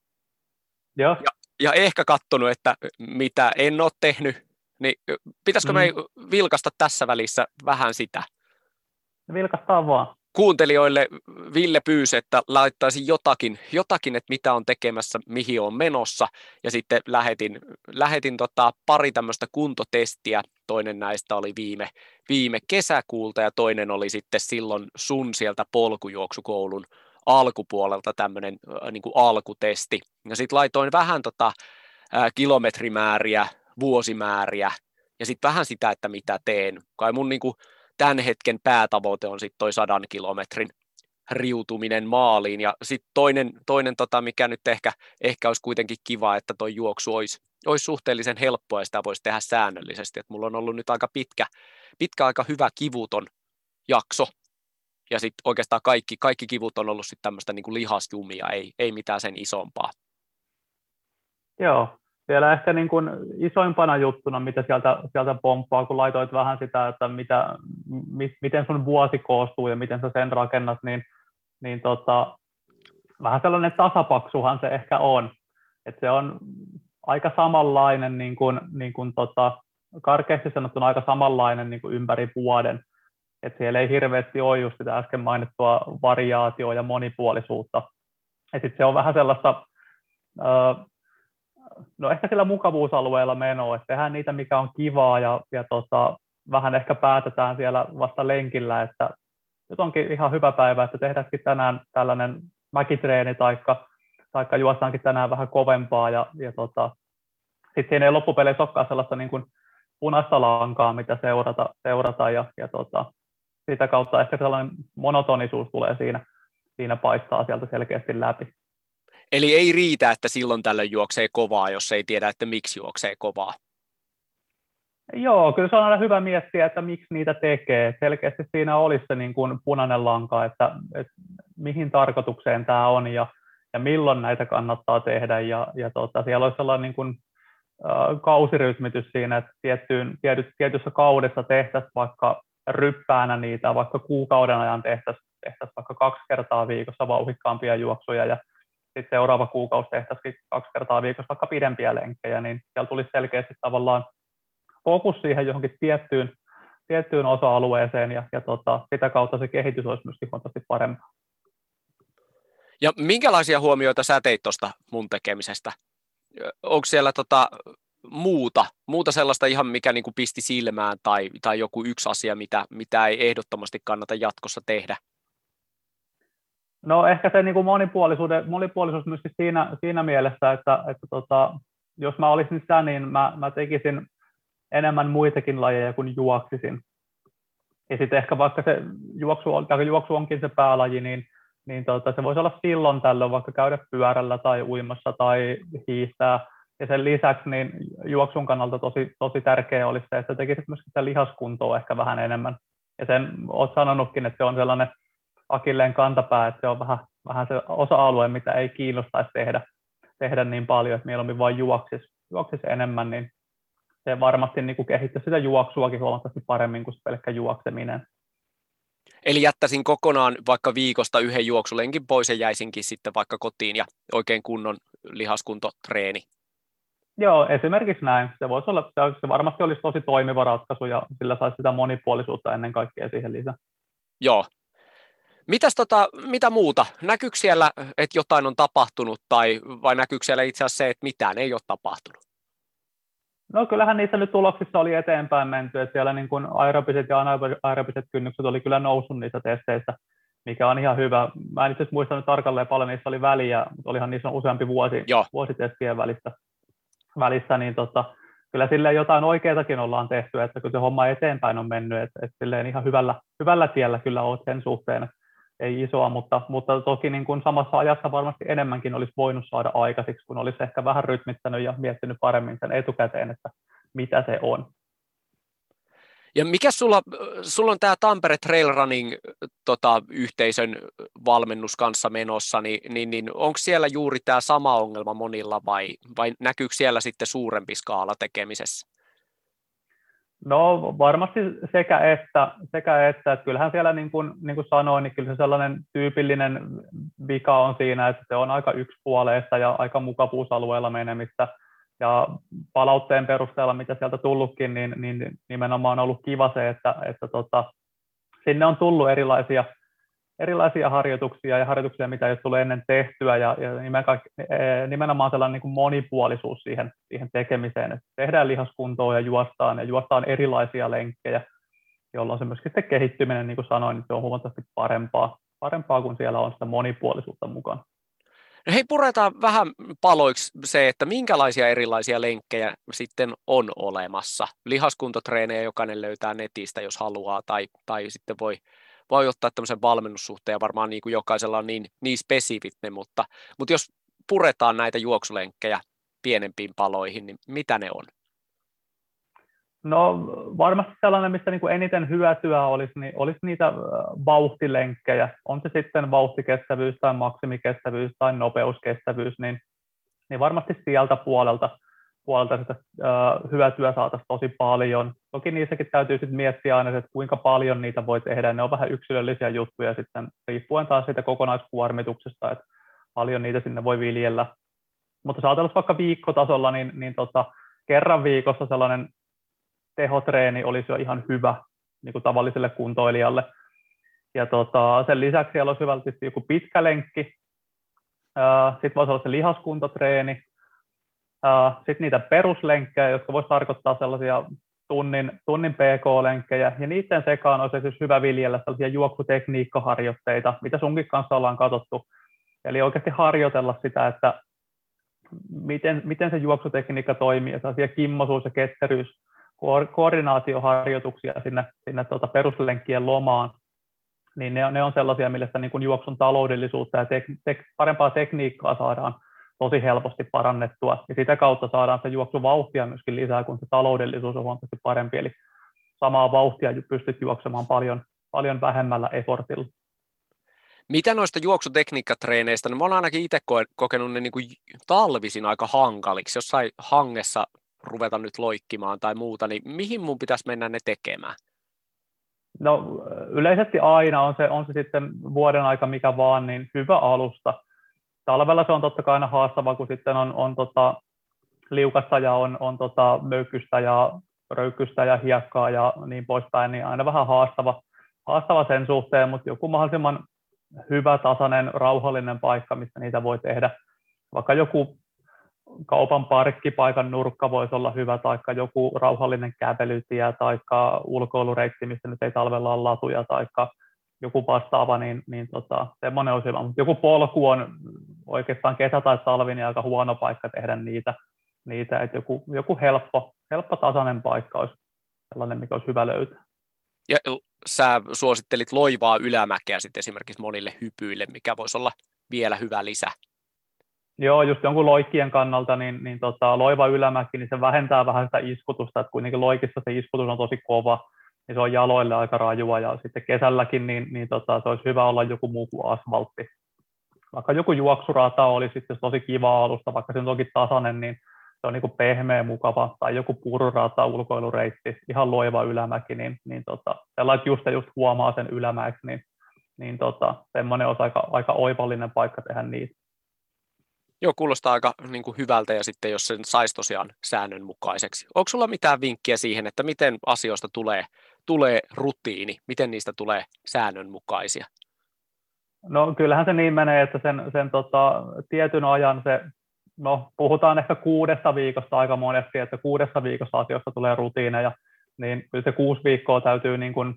Joo. Ja, ja ehkä katsonut, että mitä en ole tehnyt, niin pitäisikö mm. me vilkasta tässä välissä vähän sitä? Vilkastaan vaan. Kuuntelijoille Ville pyysi, että laittaisin jotakin, jotakin, että mitä on tekemässä, mihin on menossa, ja sitten lähetin, lähetin tota pari tämmöistä kuntotestiä. Toinen näistä oli viime, viime kesäkuulta, ja toinen oli sitten silloin sun sieltä polkujuoksukoulun alkupuolelta tämmöinen äh, niin kuin alkutesti. Ja sitten laitoin vähän tota, äh, kilometrimääriä, vuosimääriä, ja sitten vähän sitä, että mitä teen. Kai mun niin kuin tämän hetken päätavoite on sitten toi sadan kilometrin riutuminen maaliin. Ja sitten toinen, toinen tota, mikä nyt ehkä, ehkä olisi kuitenkin kiva, että toi juoksu olisi, olisi suhteellisen helppoa ja sitä voisi tehdä säännöllisesti. Et mulla on ollut nyt aika pitkä, pitkä aika hyvä kivuton jakso. Ja sitten oikeastaan kaikki, kaikki kivut on ollut sitten tämmöistä niin kuin lihasjumia, ei, ei mitään sen isompaa. Joo. Vielä ehkä niin kuin isoimpana juttuna, mitä sieltä, sieltä pomppaa, kun laitoit vähän sitä, että mitä, mi, miten sun vuosi koostuu ja miten sä sen rakennat, niin, niin tota, vähän sellainen tasapaksuhan se ehkä on. Et se on aika samanlainen, niin kuin, niin kuin tota, karkeasti sanottuna aika samanlainen niin kuin ympäri vuoden. Et siellä ei hirveästi ole just sitä äsken mainittua variaatioa ja monipuolisuutta. Ja sitten se on vähän sellaista, no ehkä sillä mukavuusalueella menoa, että tehdään niitä, mikä on kivaa, ja, ja tota, vähän ehkä päätetään siellä vasta lenkillä, että nyt onkin ihan hyvä päivä, että tehdäänkin tänään tällainen mäkitreeni, taikka, taikka juostaankin tänään vähän kovempaa, ja, ja tota, sitten siinä ei loppupeleissä olekaan sellaista niin kuin punaista lankaa, mitä seurata, seurata ja, ja tota, sitä kautta ehkä sellainen monotonisuus tulee siinä, siinä paistaa sieltä selkeästi läpi. Eli ei riitä, että silloin tällöin juoksee kovaa, jos ei tiedä, että miksi juoksee kovaa. Joo, kyllä se on aina hyvä miettiä, että miksi niitä tekee. Selkeästi siinä olisi se niin kuin punainen lanka, että, että mihin tarkoitukseen tämä on ja, ja milloin näitä kannattaa tehdä. Ja, ja tota, siellä olisi sellainen niin kuin, äh, kausirytmitys siinä, että tiettyyn, tietyt, tietyssä kaudessa tehtäisiin vaikka ryppäänä niitä, vaikka kuukauden ajan tehtäisiin, tehtäisiin vaikka kaksi kertaa viikossa vauhdikkaampia juoksuja ja sitten seuraava kuukausi tehtäisiin kaksi kertaa viikossa vaikka pidempiä lenkkejä, niin siellä tulisi selkeästi tavallaan fokus siihen johonkin tiettyyn, tiettyyn osa-alueeseen ja, ja tota, sitä kautta se kehitys olisi myöskin huomattavasti parempaa. Ja minkälaisia huomioita sä teit tuosta mun tekemisestä? Onko siellä tota muuta, muuta sellaista ihan mikä niinku pisti silmään tai, tai joku yksi asia, mitä, mitä ei ehdottomasti kannata jatkossa tehdä? No ehkä se niin kuin monipuolisuuden, monipuolisuus myös siinä, siinä mielessä, että, että tota, jos mä olisin sitä, niin mä, mä tekisin enemmän muitakin lajeja kuin juoksisin. Ja sitten ehkä vaikka se juoksu, on, tai juoksu onkin se päälaji, niin, niin tota, se voisi olla silloin tällöin vaikka käydä pyörällä tai uimassa tai hiihtää. Ja sen lisäksi niin juoksun kannalta tosi, tosi tärkeää olisi se, että tekisit myös sitä lihaskuntoa ehkä vähän enemmän. Ja sen olet sanonutkin, että se on sellainen akilleen kantapää, että se on vähän, vähän se osa-alue, mitä ei kiinnostaisi tehdä, tehdä niin paljon, että mieluummin vain juoksisi, juoksisi enemmän, niin se varmasti niin kuin kehittäisi sitä juoksuakin huomattavasti paremmin kuin se pelkkä juokseminen. Eli jättäisin kokonaan vaikka viikosta yhden juoksulenkin pois ja jäisinkin sitten vaikka kotiin ja oikein kunnon lihaskuntotreeni. Joo, esimerkiksi näin. Se voisi olla, se varmasti olisi tosi toimiva ratkaisu ja sillä saisi sitä monipuolisuutta ennen kaikkea siihen lisää. Joo. Mitäs tota, mitä muuta? Näkyykö siellä, että jotain on tapahtunut tai vai näkyykö siellä itse asiassa se, että mitään ei ole tapahtunut? No kyllähän niissä nyt tuloksissa oli eteenpäin menty, että siellä niin kuin aerobiset ja anaerobiset kynnykset oli kyllä noussut niissä testeissä, mikä on ihan hyvä. Mä en itse asiassa muista nyt tarkalleen paljon niissä oli väliä, mutta olihan niissä useampi vuosi, vuositestien välissä, välissä niin tota, kyllä silleen jotain oikeatakin ollaan tehty, että kun se homma eteenpäin on mennyt, että, että silleen ihan hyvällä, hyvällä tiellä kyllä olet sen suhteen, ei isoa, mutta, mutta toki niin kuin samassa ajassa varmasti enemmänkin olisi voinut saada aikaiseksi, kun olisi ehkä vähän rytmittänyt ja miettinyt paremmin sen etukäteen, että mitä se on. Ja mikä sulla, sulla on tämä Tampere Trail Running tota, yhteisön valmennus kanssa menossa, niin, niin, niin onko siellä juuri tämä sama ongelma monilla vai, vai näkyykö siellä sitten suurempi skaala tekemisessä? No varmasti sekä että, sekä että, että kyllähän siellä niin kuin, niin kuin sanoin, niin kyllä se sellainen tyypillinen vika on siinä, että se on aika yksipuoleista ja aika mukavuusalueella menemistä. Ja palautteen perusteella, mitä sieltä tullutkin, niin, niin nimenomaan on ollut kiva se, että, että tota, sinne on tullut erilaisia, erilaisia harjoituksia ja harjoituksia, mitä ei ole tullut ennen tehtyä, ja, ja nimenomaan sellainen niin kuin monipuolisuus siihen, siihen tekemiseen, että tehdään lihaskuntoa ja juostaan, ja juostaan erilaisia lenkkejä, jolloin se myöskin se kehittyminen, niin kuin sanoin, niin se on huomattavasti parempaa, parempaa, kun siellä on sitä monipuolisuutta mukana. No hei, puretaan vähän paloiksi se, että minkälaisia erilaisia lenkkejä sitten on olemassa. Lihaskuntotreenejä jokainen löytää netistä, jos haluaa, tai, tai sitten voi, voi ottaa tämmöisen valmennussuhteen, ja varmaan niin kuin jokaisella on niin, niin spesifit ne, mutta, mutta jos puretaan näitä juoksulenkkejä pienempiin paloihin, niin mitä ne on? No varmasti sellainen, mistä niin kuin eniten hyötyä olisi, niin olisi niitä vauhtilenkkejä. On se sitten vauhtikestävyys tai maksimikestävyys tai nopeuskestävyys, niin, niin varmasti sieltä puolelta, puolelta sitä uh, hyötyä saataisiin tosi paljon. Toki niissäkin täytyy sitten miettiä aina, että kuinka paljon niitä voi tehdä. Ne on vähän yksilöllisiä juttuja sitten riippuen taas siitä kokonaiskuormituksesta, että paljon niitä sinne voi viljellä. Mutta jos ajatellaan vaikka viikkotasolla, niin, niin tota, kerran viikossa sellainen tehotreeni olisi jo ihan hyvä niin kuin tavalliselle kuntoilijalle. Ja tota, sen lisäksi siellä olisi hyvä joku pitkä lenkki, sitten voisi olla se lihaskuntotreeni, sitten niitä peruslenkkejä, jotka voisi tarkoittaa sellaisia tunnin, tunnin P K-lenkkejä, ja niiden sekaan olisi siis hyvä viljellä sellaisia juoksutekniikkaharjoitteita, mitä sunkin kanssa ollaan katsottu. Eli oikeasti harjoitella sitä, että miten, miten se juoksutekniikka toimii, ja sellaisia kimmosuus- ja ketteryys, koordinaatioharjoituksia sinne, sinne tuota peruslenkkien lomaan, niin ne, ne on sellaisia, millä niin kuin juoksun taloudellisuutta ja tek, tek, parempaa tekniikkaa saadaan tosi helposti parannettua, ja sitä kautta saadaan se juoksuvauhtia myöskin lisää, kun se taloudellisuus on huomattavasti parempi, eli samaa vauhtia pystyt juoksemaan paljon, paljon vähemmällä effortilla. Mitä noista juoksutekniikkatreeneistä, no mä oon ainakin itse kokenut ne niin kuin talvisin aika hankaliksi, jossain hangessa ruveta nyt loikkimaan tai muuta, niin mihin mun pitäisi mennä ne tekemään? No yleisesti aina on se, on se sitten vuoden aika mikä vaan, niin hyvä alusta. Talvella se on totta kai aina haastava, kun sitten on, on tota, liukasta ja on, on tota, möykkystä ja röykkystä ja hiekkaa ja niin poispäin, niin aina vähän haastava, haastava sen suhteen, mutta joku mahdollisimman hyvä, tasainen, rauhallinen paikka, missä niitä voi tehdä. Vaikka joku kaupan parkkipaikan nurkka voisi olla hyvä, tai joku rauhallinen kävelytie, tai ulkoilureitti, missä nyt ei talvella ole latuja, tai joku vastaava, niin, niin tota, semmoinen olisi hyvä. Mutta joku polku on oikeastaan kesä- tai talvi, niin aika huono paikka tehdä niitä, niitä että joku, joku helppo, helppo, tasainen paikka olisi sellainen, mikä olisi hyvä löytää. Ja sä suosittelit loivaa ylämäkeä sitten esimerkiksi monille hypyille, mikä voisi olla vielä hyvä lisä. Joo, just jonkun loikkien kannalta, niin, niin tota, loiva ylämäki, niin se vähentää vähän sitä iskutusta, että kuitenkin loikissa se iskutus on tosi kova, niin se on jaloille aika rajua, ja sitten kesälläkin, niin, niin tota, se olisi hyvä olla joku muu kuin asfaltti. Vaikka joku juoksurata oli sitten tosi kiva alusta, vaikka se on toki tasainen, niin se on niin kuin pehmeä, mukava, tai joku pururata, ulkoilureitti, ihan loiva ylämäki, niin, niin tota, sellainen, just, just huomaa sen ylämäksi, niin, niin tota, semmoinen olisi aika, aika oivallinen paikka tehdä niitä. Joo, kuulostaa aika niin kuin hyvältä, ja sitten jos sen saisi tosiaan säännönmukaiseksi. Onko sulla mitään vinkkiä siihen, että miten asioista tulee, tulee rutiini, miten niistä tulee säännönmukaisia? No kyllähän se niin menee, että sen, sen tota, tietyn ajan se, no puhutaan ehkä kuudesta viikosta aika monesti, että kuudesta viikosta asioista tulee rutiineja, niin kyllä se kuusi viikkoa täytyy niin kuin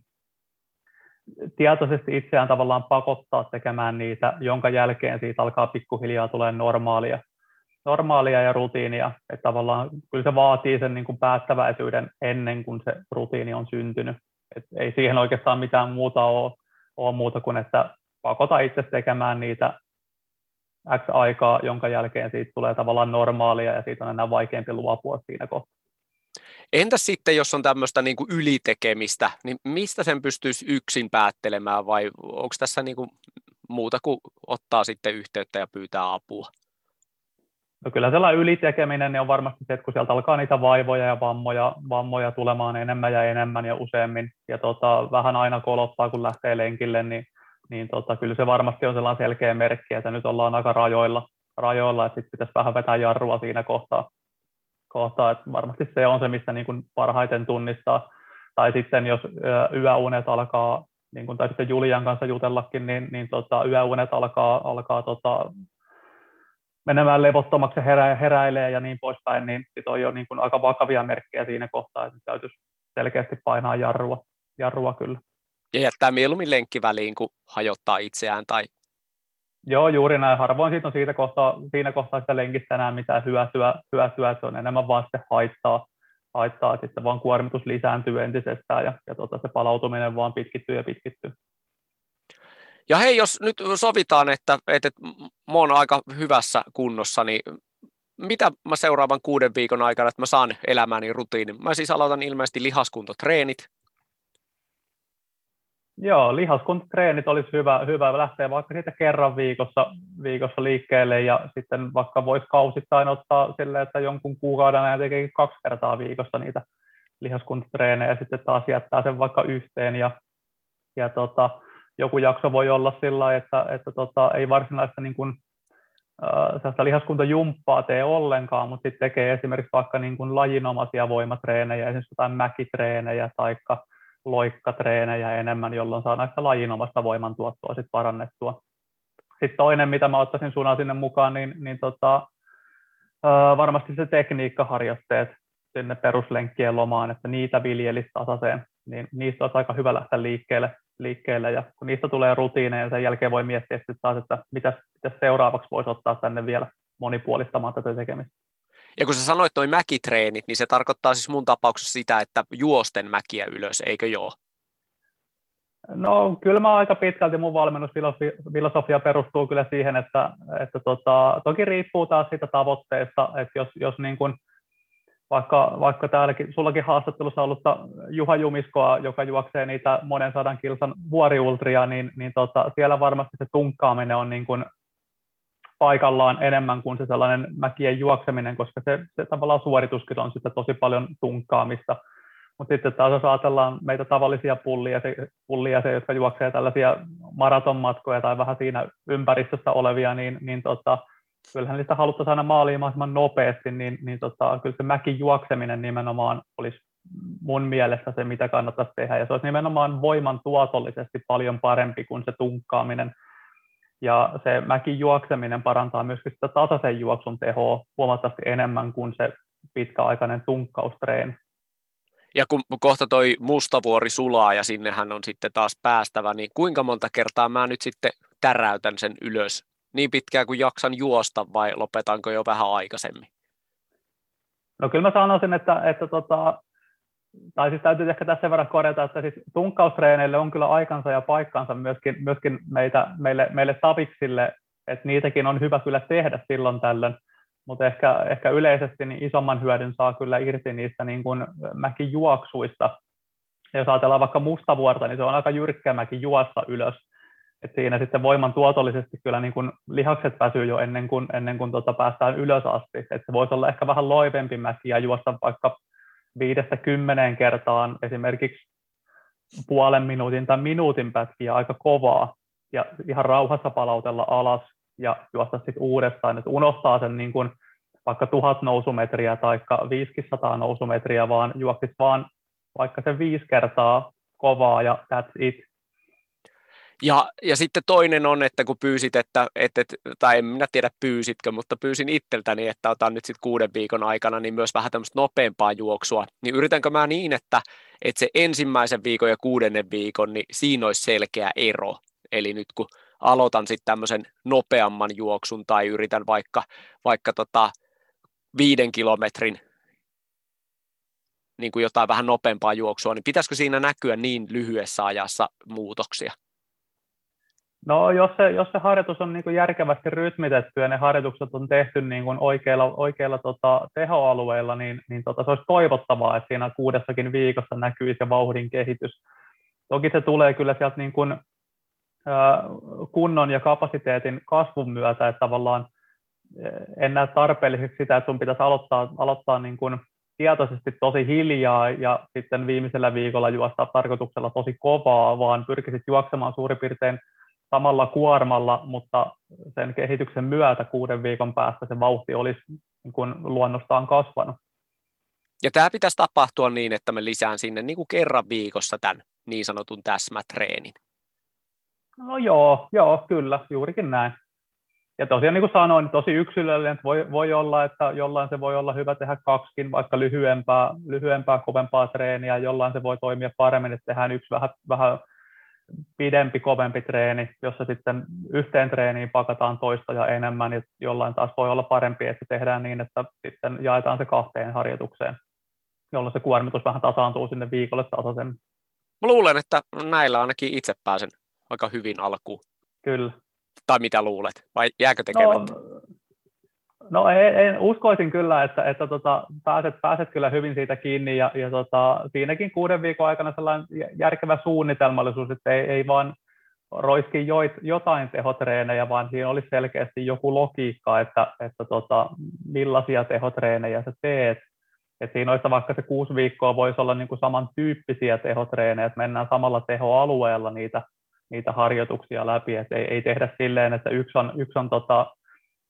tietoisesti itseään tavallaan pakottaa tekemään niitä, jonka jälkeen siitä alkaa pikkuhiljaa tulee normaalia, normaalia ja rutiinia. Että tavallaan kyllä se vaatii sen niin kuin päättäväisyyden ennen kuin se rutiini on syntynyt. Et ei siihen oikeastaan mitään muuta ole, ole muuta kuin, että pakota itse tekemään niitä X aikaa, jonka jälkeen siitä tulee tavallaan normaalia ja siitä on enää vaikeampi luopua siinä kohtaa. Entäs sitten, jos on tämmöistä niin kuin ylitekemistä, niin mistä sen pystyisi yksin päättelemään, vai onko tässä niin kuin muuta kuin ottaa sitten yhteyttä ja pyytää apua? No kyllä sellainen ylitekeminen niin on varmasti se, että kun sieltä alkaa niitä vaivoja ja vammoja, vammoja tulemaan enemmän ja enemmän ja useammin, ja tota, vähän aina kolottaa, kun lähtee lenkille, niin, niin tota, kyllä se varmasti on sellainen selkeä merkki, että nyt ollaan aika rajoilla, rajoilla että sitten pitäisi vähän vetää jarrua siinä kohtaa. kohtaa, että varmasti se on se, mistä niin kuin parhaiten tunnistaa. Tai sitten jos yöunet alkaa, niin kuin, tai sitten Julian kanssa jutellakin, niin, niin tota, yöunet alkaa, alkaa tota, menemään levottomaksi ja herä, heräilee ja niin poispäin, niin sit on jo niin kuin aika vakavia merkkejä siinä kohtaa, että täytyisi selkeästi painaa jarrua, jarrua kyllä. Ja jättää mieluummin lenkkiväliin, kun hajottaa itseään tai... Joo, juuri näin. Harvoin siitä on siitä kohtaa, siinä kohtaa sitä lenkistä enää mitään hyötyä, hyötyä, että se on enemmän vaan sitten haittaa, haittaa että sitten vaan kuormitus lisääntyy entisestään ja, ja tota, se palautuminen vaan pitkittyy ja pitkittyy. Ja hei, jos nyt sovitaan, että, että mä oon aika hyvässä kunnossa, niin mitä mä seuraavan kuuden viikon aikana, että mä saan elämääni rutiinin? Mä siis aloitan ilmeisesti lihaskuntotreenit. Joo, lihaskuntotreenit olisi hyvä, hyvä lähteä vaikka siitä kerran viikossa, viikossa liikkeelle ja sitten vaikka voisi kausittain ottaa silleen, että jonkun kuukauden ajan tekee kaksi kertaa viikossa niitä lihaskuntotreenejä ja sitten taas jättää sen vaikka yhteen ja, ja tota, joku jakso voi olla sillä lailla, että, että tota, ei varsinaista niin kuin sellaista lihaskuntajumppaa tee ollenkaan, mutta sitten tekee esimerkiksi vaikka niin kuin lajinomaisia voimatreenejä, esimerkiksi jotain mäkitreenejä tai loikkatreenejä enemmän, jolloin saa näistä lajinomasta voimantuottoa sit parannettua. Sitten toinen, mitä mä ottaisin suunaan sinne mukaan, niin, niin tota, varmasti se tekniikkaharjoitteet sinne peruslenkkien lomaan, että niitä viljelisi tasaiseen, niin niistä olisi aika hyvä lähteä liikkeelle, liikkeelle ja kun niistä tulee rutiineja, sen jälkeen voi miettiä sitten taas, että mitä, mitä seuraavaksi voisi ottaa tänne vielä monipuolistamaan tätä tekemistä. Ja kun sä sanoit noin mäkitreenit, niin se tarkoittaa siis mun tapauksessa sitä, että juosten mäkiä ylös, eikö joo? No kyllä mä aika pitkälti mun valmennusfilosofia perustuu kyllä siihen, että, että tota, toki riippuu taas siitä tavoitteesta, että jos, jos niin kuin Vaikka, vaikka täälläkin, sullakin haastattelussa on ollut Juha Jumiskoa, joka juoksee niitä monen sadan kilsan vuoriultria, niin, niin tota, siellä varmasti se tunkkaaminen on niin kuin paikallaan enemmän kuin se sellainen mäkien juokseminen, koska se, se tavallaan suorituskin on sitten tosi paljon tunkkaamista. Mutta sitten taas jos ajatellaan meitä tavallisia pullia, se, pullia se, jotka juoksee tällaisia maratonmatkoja tai vähän siinä ympäristössä olevia, niin, niin tota, kyllähän niistä haluttaisiin aina maaliin mahdollisimman nopeasti, niin, niin tota, kyllä se mäkin juokseminen nimenomaan olisi mun mielestä se, mitä kannattaisi tehdä. Ja se olisi nimenomaan voiman tuotollisesti paljon parempi kuin se tunkkaaminen. Ja se mäkin juokseminen parantaa myöskin sitä tasaisen juoksun tehoa huomattavasti enemmän kuin se pitkäaikainen tunkkaustreeni. Ja kun kohta toi Mustavuori sulaa ja sinnehän on sitten taas päästävä, niin kuinka monta kertaa mä nyt sitten täräytän sen ylös? Niin pitkään kuin jaksan juosta vai lopetanko jo vähän aikaisemmin? No kyllä mä sanoisin, että, että tota, tai siis täytyy ehkä tässä sen verran korjata, että siis tunkkaustreeneille on kyllä aikansa ja paikkansa myöskin, myöskin meitä, meille, meille taviksille, että niitäkin on hyvä kyllä tehdä silloin tällöin, mutta ehkä, ehkä yleisesti niin isomman hyödyn saa kyllä irti niistä niin kuin mäkijuoksuista. Ja jos ajatellaan vaikka Mustavuorta, niin se on aika jyrkkä mäki juosta ylös. Et siinä sitten voiman tuotollisesti kyllä niin kuin lihakset väsyy jo ennen kuin, ennen kuin tota päästään ylös asti. Et se voisi olla ehkä vähän loivempi mäki ja juosta vaikka viidestä kymmeneen kertaan esimerkiksi puolen minuutin tai minuutin pätkiä aika kovaa ja ihan rauhassa palautella alas ja juosta sitten uudestaan. Et unohtaa sen niin kuin vaikka tuhat nousumetriä tai viisisataa nousumetriä, vaan juoksisi vaan vaikka se viisi kertaa kovaa ja that's it. Ja, ja sitten toinen on, että kun pyysit, että, että, tai en minä tiedä pyysitkö, mutta pyysin itseltäni, että otan nyt sitten kuuden viikon aikana niin myös vähän tämmöistä nopeampaa juoksua, niin yritänkö mä niin, että, että se ensimmäisen viikon ja kuudennen viikon, niin siinä olisi selkeä ero. Eli nyt kun aloitan sitten tämmöisen nopeamman juoksun tai yritän vaikka, vaikka tota viiden kilometrin niin kuin jotain vähän nopeampaa juoksua, niin pitäisikö siinä näkyä niin lyhyessä ajassa muutoksia? No jos se, jos se harjoitus on niin kuin järkevästi rytmitetty ja ne harjoitukset on tehty niin kuin oikeilla, oikeilla tota, tehoalueilla, niin, niin tota, se olisi toivottavaa, että siinä kuudessakin viikossa näkyisi se vauhdin kehitys. Toki se tulee kyllä sieltä niin kuin, ää, kunnon ja kapasiteetin kasvun myötä, että tavallaan en näe tarpeelliseksi sitä, että sun pitäisi aloittaa, aloittaa niin kuin tietoisesti tosi hiljaa ja sitten viimeisellä viikolla juosta tarkoituksella tosi kovaa, vaan pyrkisit juoksemaan suurin piirtein samalla kuormalla, mutta sen kehityksen myötä kuuden viikon päästä se vauhti olisi niin kuin luonnostaan kasvanut. Ja tämä pitäisi tapahtua niin, että me lisään sinne niin kuin kerran viikossa tämän niin sanotun täsmätreenin. No joo, joo, kyllä, juurikin näin. Ja tosiaan niin kuin sanoin, tosi yksilöllinen, voi, voi olla, että jollain se voi olla hyvä tehdä kaksikin, vaikka lyhyempää, lyhyempää kovempaa treeniä, jollain se voi toimia paremmin, että tehdään yksi vähän, vähän pidempi, kovempi treeni, jossa sitten yhteen treeniin pakataan toista ja enemmän, ja jollain taas voi olla parempi, että tehdään niin, että sitten jaetaan se kahteen harjoitukseen, jolloin se kuormitus vähän tasaantuu sinne viikolle tasaisemmin. Mä luulen, että näillä ainakin itse pääsen aika hyvin alkuun. Kyllä. Tai mitä luulet? Vai jääkö tekemättä? No, no en, en, uskoisin kyllä, että, että tota, pääset, pääset kyllä hyvin siitä kiinni, ja, ja tota, siinäkin kuuden viikon aikana sellainen järkevä suunnitelmallisuus, että ei, ei vaan roiski joit, jotain tehotreenejä, vaan siinä olisi selkeästi joku logiikka, että, että tota, millaisia tehotreenejä sä teet. Et siinä olisi vaikka se kuusi viikkoa voisi olla niin kuin samantyyppisiä tehotreenejä, että mennään samalla tehoalueella niitä, niitä harjoituksia läpi, että ei, ei tehdä silleen, että yksi on, yksi on tota,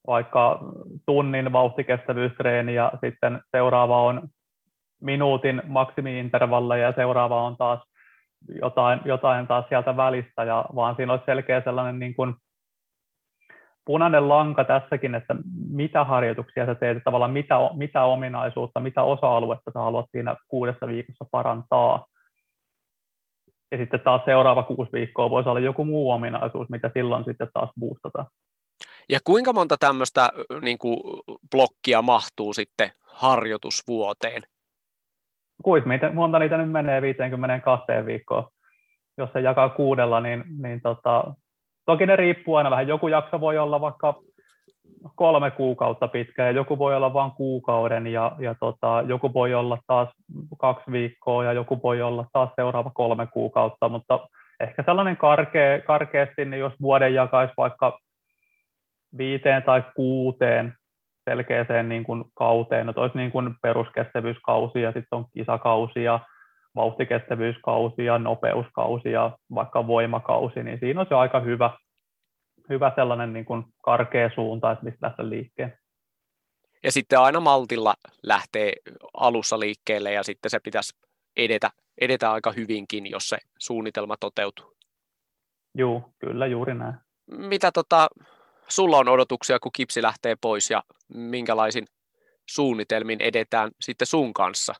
vaikka tunnin vauhtikestävyystreeni ja sitten seuraava on minuutin maksimi-intervalleja ja seuraava on taas jotain, jotain taas sieltä välistä, ja vaan siinä olisi selkeä sellainen niin kuin punainen lanka tässäkin, että mitä harjoituksia sä teet, tavallaan mitä, mitä ominaisuutta, mitä osa-aluetta sä haluat siinä kuudessa viikossa parantaa. Ja sitten taas seuraava kuusi viikkoa voisi olla joku muu ominaisuus, mitä silloin sitten taas boostataan. Ja kuinka monta tämmöistä niin kuin blokkia mahtuu sitten harjoitusvuoteen? Kuinka monta niitä nyt menee viisikymmentäkaksi viikkoa? Jos se jakaa kuudella, niin, niin tota, toki ne riippuu aina vähän. Joku jakso voi olla vaikka kolme kuukautta pitkä ja joku voi olla vain kuukauden ja, ja tota, joku voi olla taas kaksi viikkoa ja joku voi olla taas seuraava kolme kuukautta, mutta ehkä sellainen karkea, karkeasti, niin jos vuoden jakaisi vaikka viiteen tai kuuteen selkeäseen niin kuin kauteen, että olisi niin kuin peruskestävyyskausi ja sitten on kisakausi ja vauhtikestävyyskausi ja nopeuskausi ja vaikka voimakausi, niin siinä on se aika hyvä, hyvä sellainen niin kuin karkea suunta, että mistä lähtee liikkeelle. Ja sitten aina maltilla lähtee alussa liikkeelle ja sitten se pitäisi edetä, edetä aika hyvinkin, jos se suunnitelma toteutuu. Joo, kyllä juuri näin. Mitä tota, sulla on odotuksia, kun kipsi lähtee pois ja minkälaisin suunnitelmin edetään sitten sun kanssa?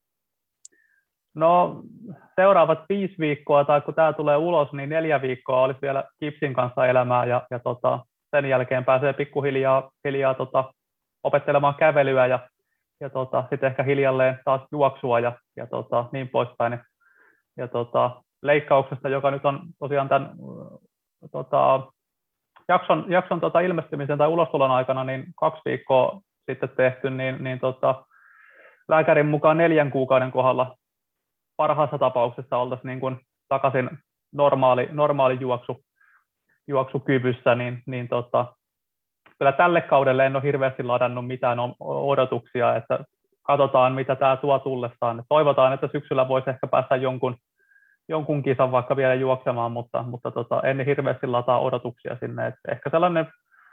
No seuraavat viisi viikkoa, tai kun tämä tulee ulos, niin neljä viikkoa olisi vielä kipsin kanssa elämää, ja, ja tota, sen jälkeen pääsee pikkuhiljaa hiljaa, tota, opettelemaan kävelyä, ja, ja tota, sitten ehkä hiljalleen taas juoksua, ja, ja tota, niin poispäin. Ja, ja tota, leikkauksesta, joka nyt on tosiaan tämän tota, jakson, jakson tota, ilmestymisen tai ulostulon aikana, niin kaksi viikkoa sitten tehty, niin, niin tota, lääkärin mukaan neljän kuukauden kohdalla parhaassa tapauksessa oltaisiin niin kuin takaisin normaali, normaali juoksu, juoksukyvyssä, niin, niin tota, kyllä tälle kaudelle en ole hirveästi ladannut mitään odotuksia, että katsotaan mitä tämä tuo tullessaan. Toivotaan, että syksyllä voisi ehkä päästä jonkun, jonkun kisan vaikka vielä juoksemaan, mutta, mutta tota, en hirveästi lataa odotuksia sinne. Et ehkä sellainen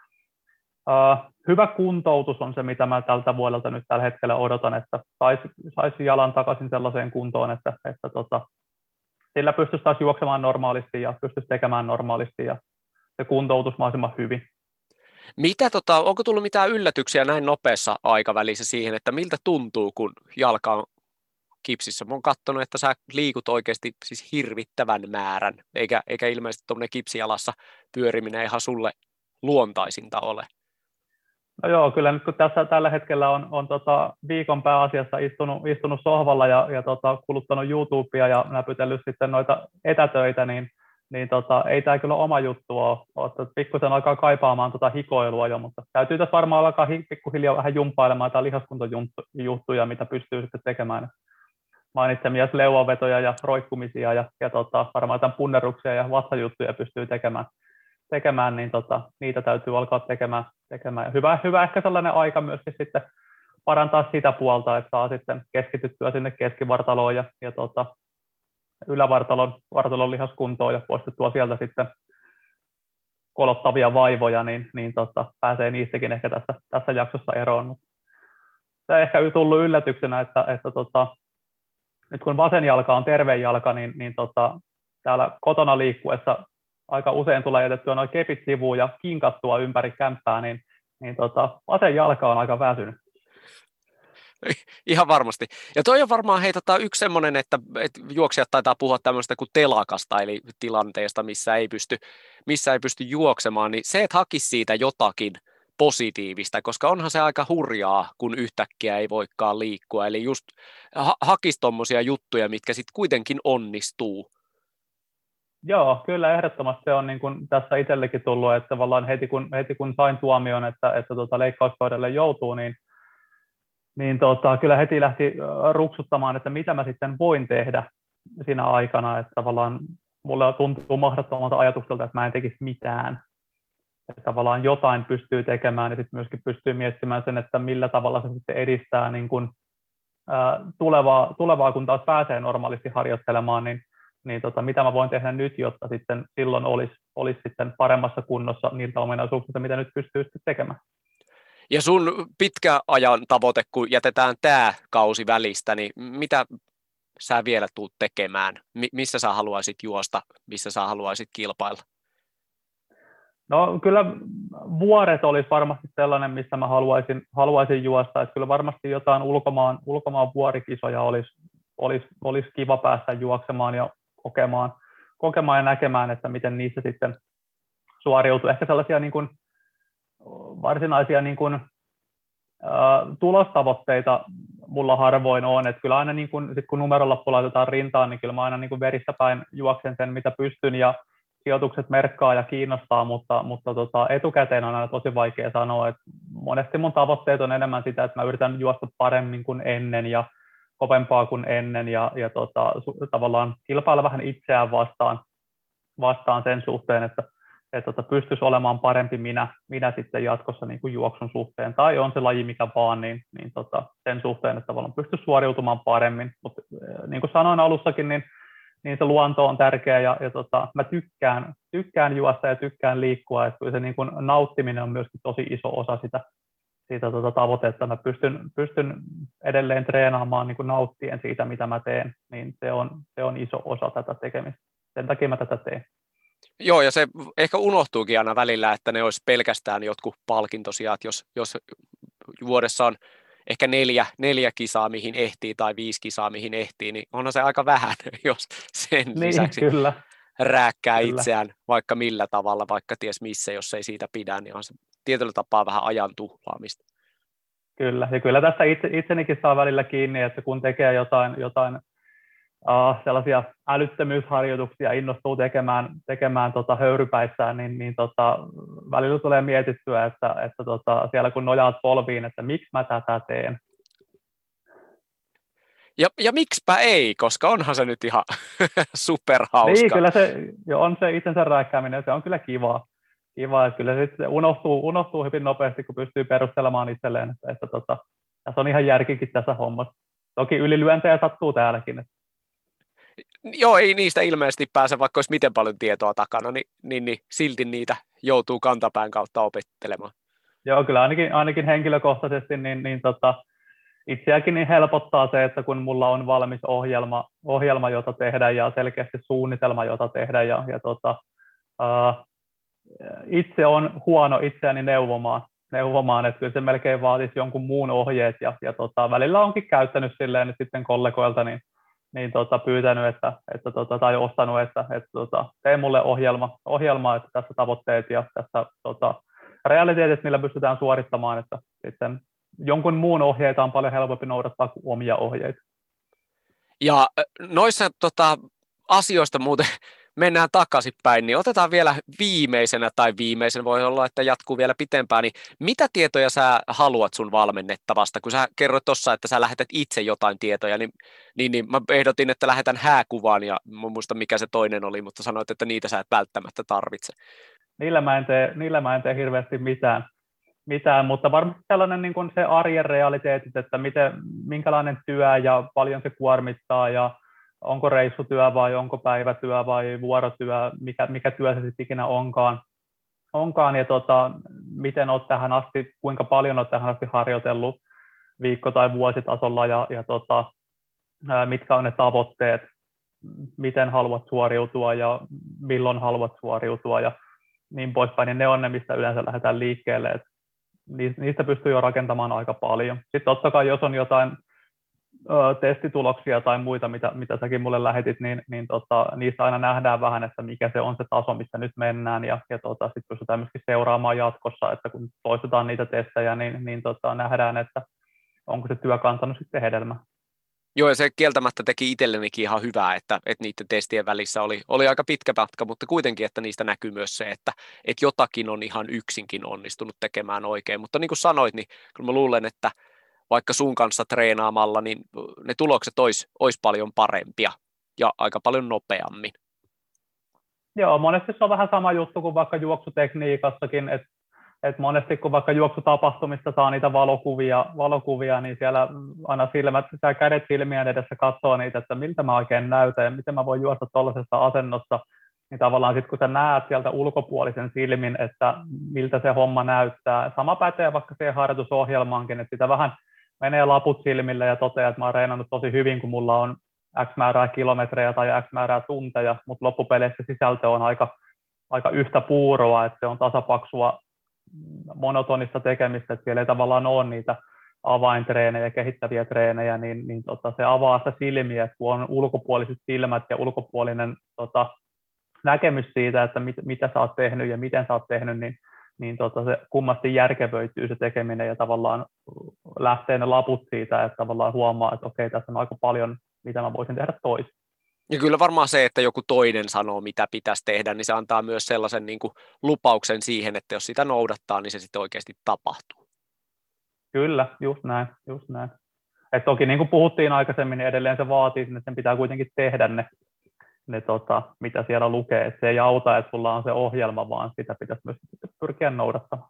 uh, hyvä kuntoutus on se, mitä mä tältä vuodelta nyt tällä hetkellä odotan, että saisi sais jalan takaisin sellaiseen kuntoon, että, että tota, sillä pystyisi taas juoksemaan normaalisti ja pystyisi tekemään normaalisti ja se kuntoutus mahdollisimman hyvin. Mitä, tota, onko tullut mitään yllätyksiä näin nopeassa aikavälissä siihen, että miltä tuntuu, kun jalka on kipsissä? Mä oon katsonut, että sä liikut oikeasti siis hirvittävän määrän, eikä, eikä ilmeisesti tuommoinen kipsijalassa pyöriminen ihan sulle luontaisinta ole. No joo, kyllä nyt kun tässä tällä hetkellä on, on tota viikon pääasiassa istunut, istunut sohvalla ja, ja tota, kuluttanut YouTubea ja näpytellyt sitten noita etätöitä, niin, niin tota, ei tämä kyllä oma juttu ole. Pikkusen alkaa kaipaamaan tota hikoilua jo, mutta täytyy tässä varmaan alkaa pikkuhiljaa vähän jumpailemaan jotain lihaskuntojuttuja, mitä pystyy sitten tekemään. Mainitsemia leuanvetoja ja roikkumisia ja, ja tota, varmaan jotain punnerruksia ja vatsajuttuja pystyy tekemään. tekemään, niin tota, niitä täytyy alkaa tekemään. tekemään. Hyvä, hyvä ehkä sellainen aika myöskin sitten parantaa sitä puolta, että saa sitten keskityttyä sinne keskivartaloon ja, ja tota, ylävartalon vartalon lihaskuntoon ja poistettua sieltä sitten kolottavia vaivoja, niin, niin tota, pääsee niistäkin ehkä tässä, tässä jaksossa eroon. Mutta se on ehkä tullut yllätyksenä, että, että tota, nyt kun vasen jalka on terve jalka, niin, niin tota, täällä kotona liikkuessa aika usein tulee jätettyä noin kepit sivuun ja kinkattua ympäri kämppää, niin, niin tota, vasen jalka on aika väsynyt. Ihan varmasti. Ja toi on varmaan hei, tota, yksi semmoinen, että, että juoksijat taitaa puhua tämmöistä kuin telakasta, eli tilanteesta, missä ei pysty, missä ei pysty juoksemaan, niin se, että hakisi siitä jotakin positiivista, koska onhan se aika hurjaa, kun yhtäkkiä ei voikaan liikkua, eli just ha- hakisi tommosia juttuja, mitkä sitten kuitenkin onnistuu. Joo, kyllä ehdottomasti se on niin kuin tässä itsellekin tullut, että tavallaan heti kun, heti kun sain tuomion, että, että tuota leikkauskaudelle joutuu, niin, niin tota, kyllä heti lähti ruksuttamaan, että mitä mä sitten voin tehdä siinä aikana, että tavallaan mulle tuntuu mahdottomalta ajatukselta, että mä en tekisi mitään. Että tavallaan jotain pystyy tekemään ja sitten myöskin pystyy miettimään sen, että millä tavalla se sitten edistää niin kuin, ää, tulevaa, tulevaa, kun taas pääsee normaalisti harjoittelemaan, niin niin tota, mitä mä voin tehdä nyt, jotta sitten silloin olisi, olisi sitten paremmassa kunnossa niiltä ominaisuuksilta, mitä nyt pystyy sitten tekemään. Ja sun pitkä ajan tavoite, kun jätetään tämä kausi välistä, niin mitä sä vielä tuut tekemään? M- missä sä haluaisit juosta, missä sä haluaisit kilpailla? No kyllä vuoret olisi varmasti sellainen, missä mä haluaisin, haluaisin juosta. Että kyllä varmasti jotain ulkomaan, ulkomaan vuorikisoja olisi, olisi, olisi kiva päästä juoksemaan ja kokemaan, kokemaan ja näkemään, että miten niissä sitten suoriutuu. Ehkä sellaisia niin kuin, varsinaisia niin kuin, ä, tulostavoitteita mulla harvoin on. Että kyllä aina niin kuin, sit kun numerolappu laitetaan rintaan, niin kyllä mä aina niin kuin verissä päin juoksen sen, mitä pystyn, ja sijoitukset merkkaa ja kiinnostaa, mutta, mutta tota, etukäteen on aina tosi vaikea sanoa. Että monesti mun tavoitteet on enemmän sitä, että mä yritän juosta paremmin kuin ennen ja kovempaa kuin ennen, ja, ja tota, tavallaan kilpailla vähän itseään vastaan, vastaan sen suhteen, että että tota, pystyisi olemaan parempi minä, minä sitten jatkossa niin kuin juoksun suhteen, tai on se laji mikä vaan, niin, niin tota, sen suhteen, että tavallaan pystyisi suoriutumaan paremmin. Mutta niin kuin sanoin alussakin, niin, niin se luonto on tärkeä, ja, ja tota, mä tykkään, tykkään juosta ja tykkään liikkua, että se niin kuin nauttiminen on myöskin tosi iso osa sitä, siitä tota, tavoitetta. Mä pystyn, pystyn edelleen treenaamaan niin kuin nauttien siitä, mitä mä teen, niin se on, se on iso osa tätä tekemistä. Sen takia mä tätä teen. Joo, ja se ehkä unohtuukin aina välillä, että ne olisi pelkästään jotkut palkintosijat, jos, jos vuodessa on ehkä neljä, neljä kisaa, mihin ehtii, tai viisi kisaa, mihin ehtii, niin onhan se aika vähän, jos sen niin, lisäksi kyllä. rääkkää kyllä. itseään vaikka millä tavalla, vaikka ties missä, jos ei siitä pidä, niin on se tietyllä tapaa vähän ajan tuhlaamista. Kyllä, ja kyllä tästä itse, itsenikin saa välillä kiinni, että kun tekee jotain, jotain uh, sellaisia älyttömyysharjoituksia, innostuu tekemään, tekemään tota höyrypäissään, niin, niin tota, välillä tulee mietittyä, että, että tota, siellä kun nojaat polviin, että miksi mä tätä teen. Ja, ja miksipä ei, koska onhan se nyt ihan superhauska. Niin, kyllä se on se itsensä rääkkääminen, se on kyllä kivaa. Kiva, että kyllä se unohtuu, unohtuu hyvin nopeasti, kun pystyy perustelemaan itselleen, että, että tota, tässä on ihan järkikin tässä hommassa. Toki ylilyöntejä sattuu täälläkin. Että. Joo, ei niistä ilmeisesti pääse, vaikka olisi miten paljon tietoa takana, niin, niin, niin silti niitä joutuu kantapään kautta opettelemaan. Joo, kyllä ainakin, ainakin henkilökohtaisesti niin, niin tota, itseäkin niin helpottaa se, että kun mulla on valmis ohjelma, ohjelma jota tehdä, ja selkeästi suunnitelma, jota tehdä, ja, ja tota, uh, itse on huono itseäni neuvomaan, neuvomaan, että kyllä se melkein vaatisi jonkun muun ohjeet, ja, ja tota, välillä onkin käyttänyt silleen nyt sitten kollegoilta, niin, niin tota, pyytänyt, että, että tota, tai ostanut, että, että tota, tee mulle ohjelma, ohjelma, että tässä tavoitteet ja tässä tota, realiteetit, millä pystytään suorittamaan, että sitten jonkun muun ohjeita on paljon helpompi noudattaa kuin omia ohjeita. Ja noissa tota, asioista muuten mennään takaisinpäin, niin otetaan vielä viimeisenä, tai viimeisen voi olla, että jatkuu vielä pitempään, niin mitä tietoja sä haluat sun valmennettavasta? Kun sä kerroit tuossa, että sä lähetät itse jotain tietoja, niin, niin, niin mä ehdotin, että lähetän hääkuvan, ja mä muista mikä se toinen oli, mutta sanoit, että niitä sä et välttämättä tarvitse. Niillä mä en tee, niillä mä en tee hirveästi mitään. mitään, mutta varmasti sellainen niin kuin se arjen realiteetit, että miten, minkälainen työ ja paljon se kuormittaa, ja onko reissutyö vai onko päivätyö vai vuorotyö, mikä, mikä työ se sitten ikinä onkaan, onkaan ja tota, miten olet tähän asti, kuinka paljon olet tähän asti harjoitellut viikko- tai vuositasolla, ja, ja tota, mitkä on ne tavoitteet, miten haluat suoriutua ja milloin haluat suoriutua ja niin poispäin, niin ne on ne, mistä yleensä lähdetään liikkeelle, että niistä pystyy jo rakentamaan aika paljon. Sitten totta kai, jos on jotain ö, testituloksia tai muita, mitä, mitä säkin mulle lähetit, niin, niin tota, niissä aina nähdään vähän, että mikä se on se taso, missä nyt mennään, ja, ja tota, sitten pystytään myöskin seuraamaan jatkossa, että kun toistetaan niitä testejä, niin, niin tota, nähdään, että onko se työ kantanut sitten hedelmää. Joo, ja se kieltämättä teki itsellenikin ihan hyvää, että, että niiden testien välissä oli, oli aika pitkä matka, mutta kuitenkin, että niistä näkyy myös se, että, että jotakin on ihan yksinkin onnistunut tekemään oikein. Mutta niin kuin sanoit, niin kyllä mä luulen, että vaikka sun kanssa treenaamalla, niin ne tulokset olisi, olisi paljon parempia ja aika paljon nopeammin. Joo, monesti se on vähän sama juttu kuin vaikka juoksutekniikassakin, että Et monesti kun vaikka juoksutapahtumista saa niitä valokuvia, valokuvia, niin siellä aina silmät, sä kädet silmien edessä katsoo niitä, että miltä mä oikein näytän ja miten mä voin juosta tuollaisessa asennossa. niin tavallaan sitten kun sä näet sieltä ulkopuolisen silmin, että miltä se homma näyttää, sama pätee vaikka siihen harjoitusohjelmaankin, että sitä vähän menee laput silmille ja toteaa, että mä oon reenannut tosi hyvin, kun mulla on X määrää kilometrejä tai X määrää tunteja, mutta loppupeleissä sisältö on aika, aika yhtä puuroa, että se on tasapaksua monotonista tekemistä, että siellä ei tavallaan ole niitä avaintreenejä, kehittäviä treenejä, niin, niin tota, se avaa sitä silmiä, että kun on ulkopuoliset silmät ja ulkopuolinen tota, näkemys siitä, että mit, mitä sä oot tehnyt ja miten sä oot tehnyt, niin, niin tota, se kummasti järkevöityy se tekeminen ja tavallaan lähtee ne laput siitä, että tavallaan huomaa, että okei, tässä on aika paljon, mitä mä voisin tehdä toisin. Ja kyllä varmaan se, että joku toinen sanoo, mitä pitäisi tehdä, niin se antaa myös sellaisen niin kuin lupauksen siihen, että jos sitä noudattaa, niin se sitten oikeasti tapahtuu. Kyllä, just näin, just näin. Et toki niin kuin puhuttiin aikaisemmin, niin edelleen se vaatii, että sen pitää kuitenkin tehdä ne, ne tota, mitä siellä lukee. Et se ei auta, että sulla on se ohjelma, vaan sitä pitäisi myös pyrkiä noudattamaan.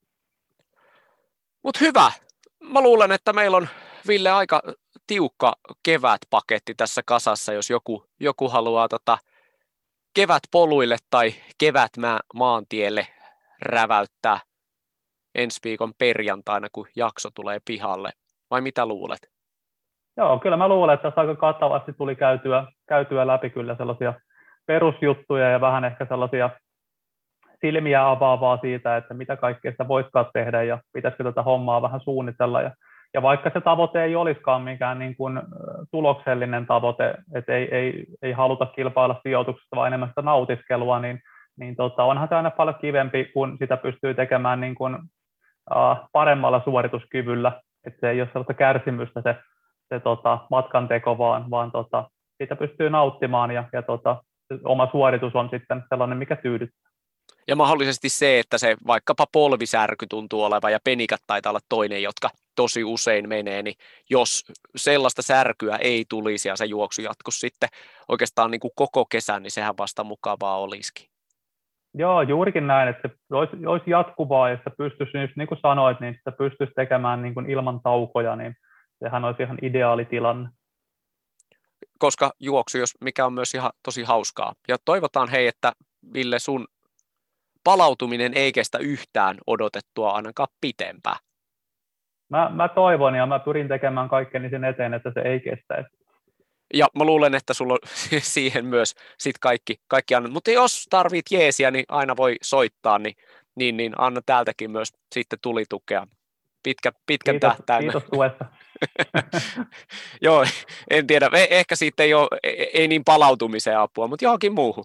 Mutta hyvä. Mä luulen, että meillä on, Ville, aika tiukka kevätpaketti tässä kasassa, jos joku, joku haluaa tota kevätpoluille tai kevätmaantielle räväyttää ensi viikon perjantaina, kun jakso tulee pihalle. Vai mitä luulet? Joo, kyllä mä luulen, että tässä aika kattavasti tuli käytyä, käytyä läpi kyllä sellaisia perusjuttuja ja vähän ehkä sellaisia silmiä avaavaa siitä, että mitä kaikkea sitä voitkaan tehdä ja pitäisikö tätä hommaa vähän suunnitella. Ja, ja vaikka se tavoite ei olisikaan mikään niin kuin tuloksellinen tavoite, että ei, ei, ei haluta kilpailla sijoituksesta, vaan enemmän sitä nautiskelua, niin, niin tota, onhan se aina paljon kivempi, kun sitä pystyy tekemään niin kuin, uh, paremmalla suorituskyvyllä. Että se ei ole sellaista kärsimystä se, se tota, matkan teko, vaan, vaan tota, siitä pystyy nauttimaan ja, ja tota, oma suoritus on sitten sellainen, mikä tyydyttää. Ja mahdollisesti se, että se vaikkapa polvisärky tuntuu olevan ja penikat taitaa olla toinen, jotka tosi usein menee, niin jos sellaista särkyä ei tulisi ja se juoksu jatkuisi sitten oikeastaan niin kuin koko kesän, niin sehän vasta mukavaa olisikin. Joo, juurikin näin, että se olisi, olisi jatkuvaa ja sitä pystyisi, niin kuin sanoit, niin sitä pystyisi tekemään niin kuin ilman taukoja, niin sehän olisi ihan ideaali tilanne. Koska juoksu, jos mikä on myös ihan tosi hauskaa. Ja toivotaan hei, että Ville sun palautuminen ei kestä yhtään odotettua ainakaan pitempään. Mä, mä toivon ja mä pyrin tekemään kaikkeni sen eteen, että se ei kestäisi. Ja mä luulen, että sulla on siihen myös sit kaikki, kaikki annat. Mutta jos tarvit jeesiä, niin aina voi soittaa, niin, niin, niin anna täältäkin myös sitten tulitukea. Pitkä, pitkän kiitos, tähtäimen. Kiitos tuesta. Joo, en tiedä. Ehkä siitä ei ole ei niin palautumiseen apua, mutta johonkin muuhun.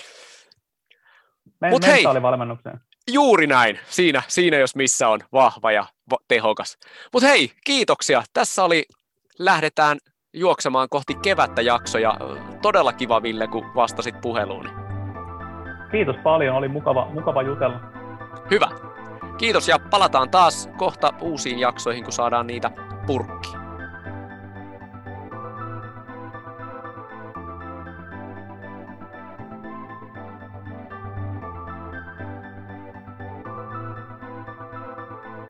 Men, Mut mentaalivalmennukseen. Juuri näin. Siinä, siinä jos missä on vahva ja tehokas. Mutta hei, kiitoksia. Tässä oli, lähdetään juoksemaan kohti kevättä jaksoja. Todella kiva, Ville, kun vastasit puheluun. Kiitos paljon, oli mukava, mukava jutella. Hyvä. Kiitos ja palataan taas kohta uusiin jaksoihin, kun saadaan niitä purkkiin.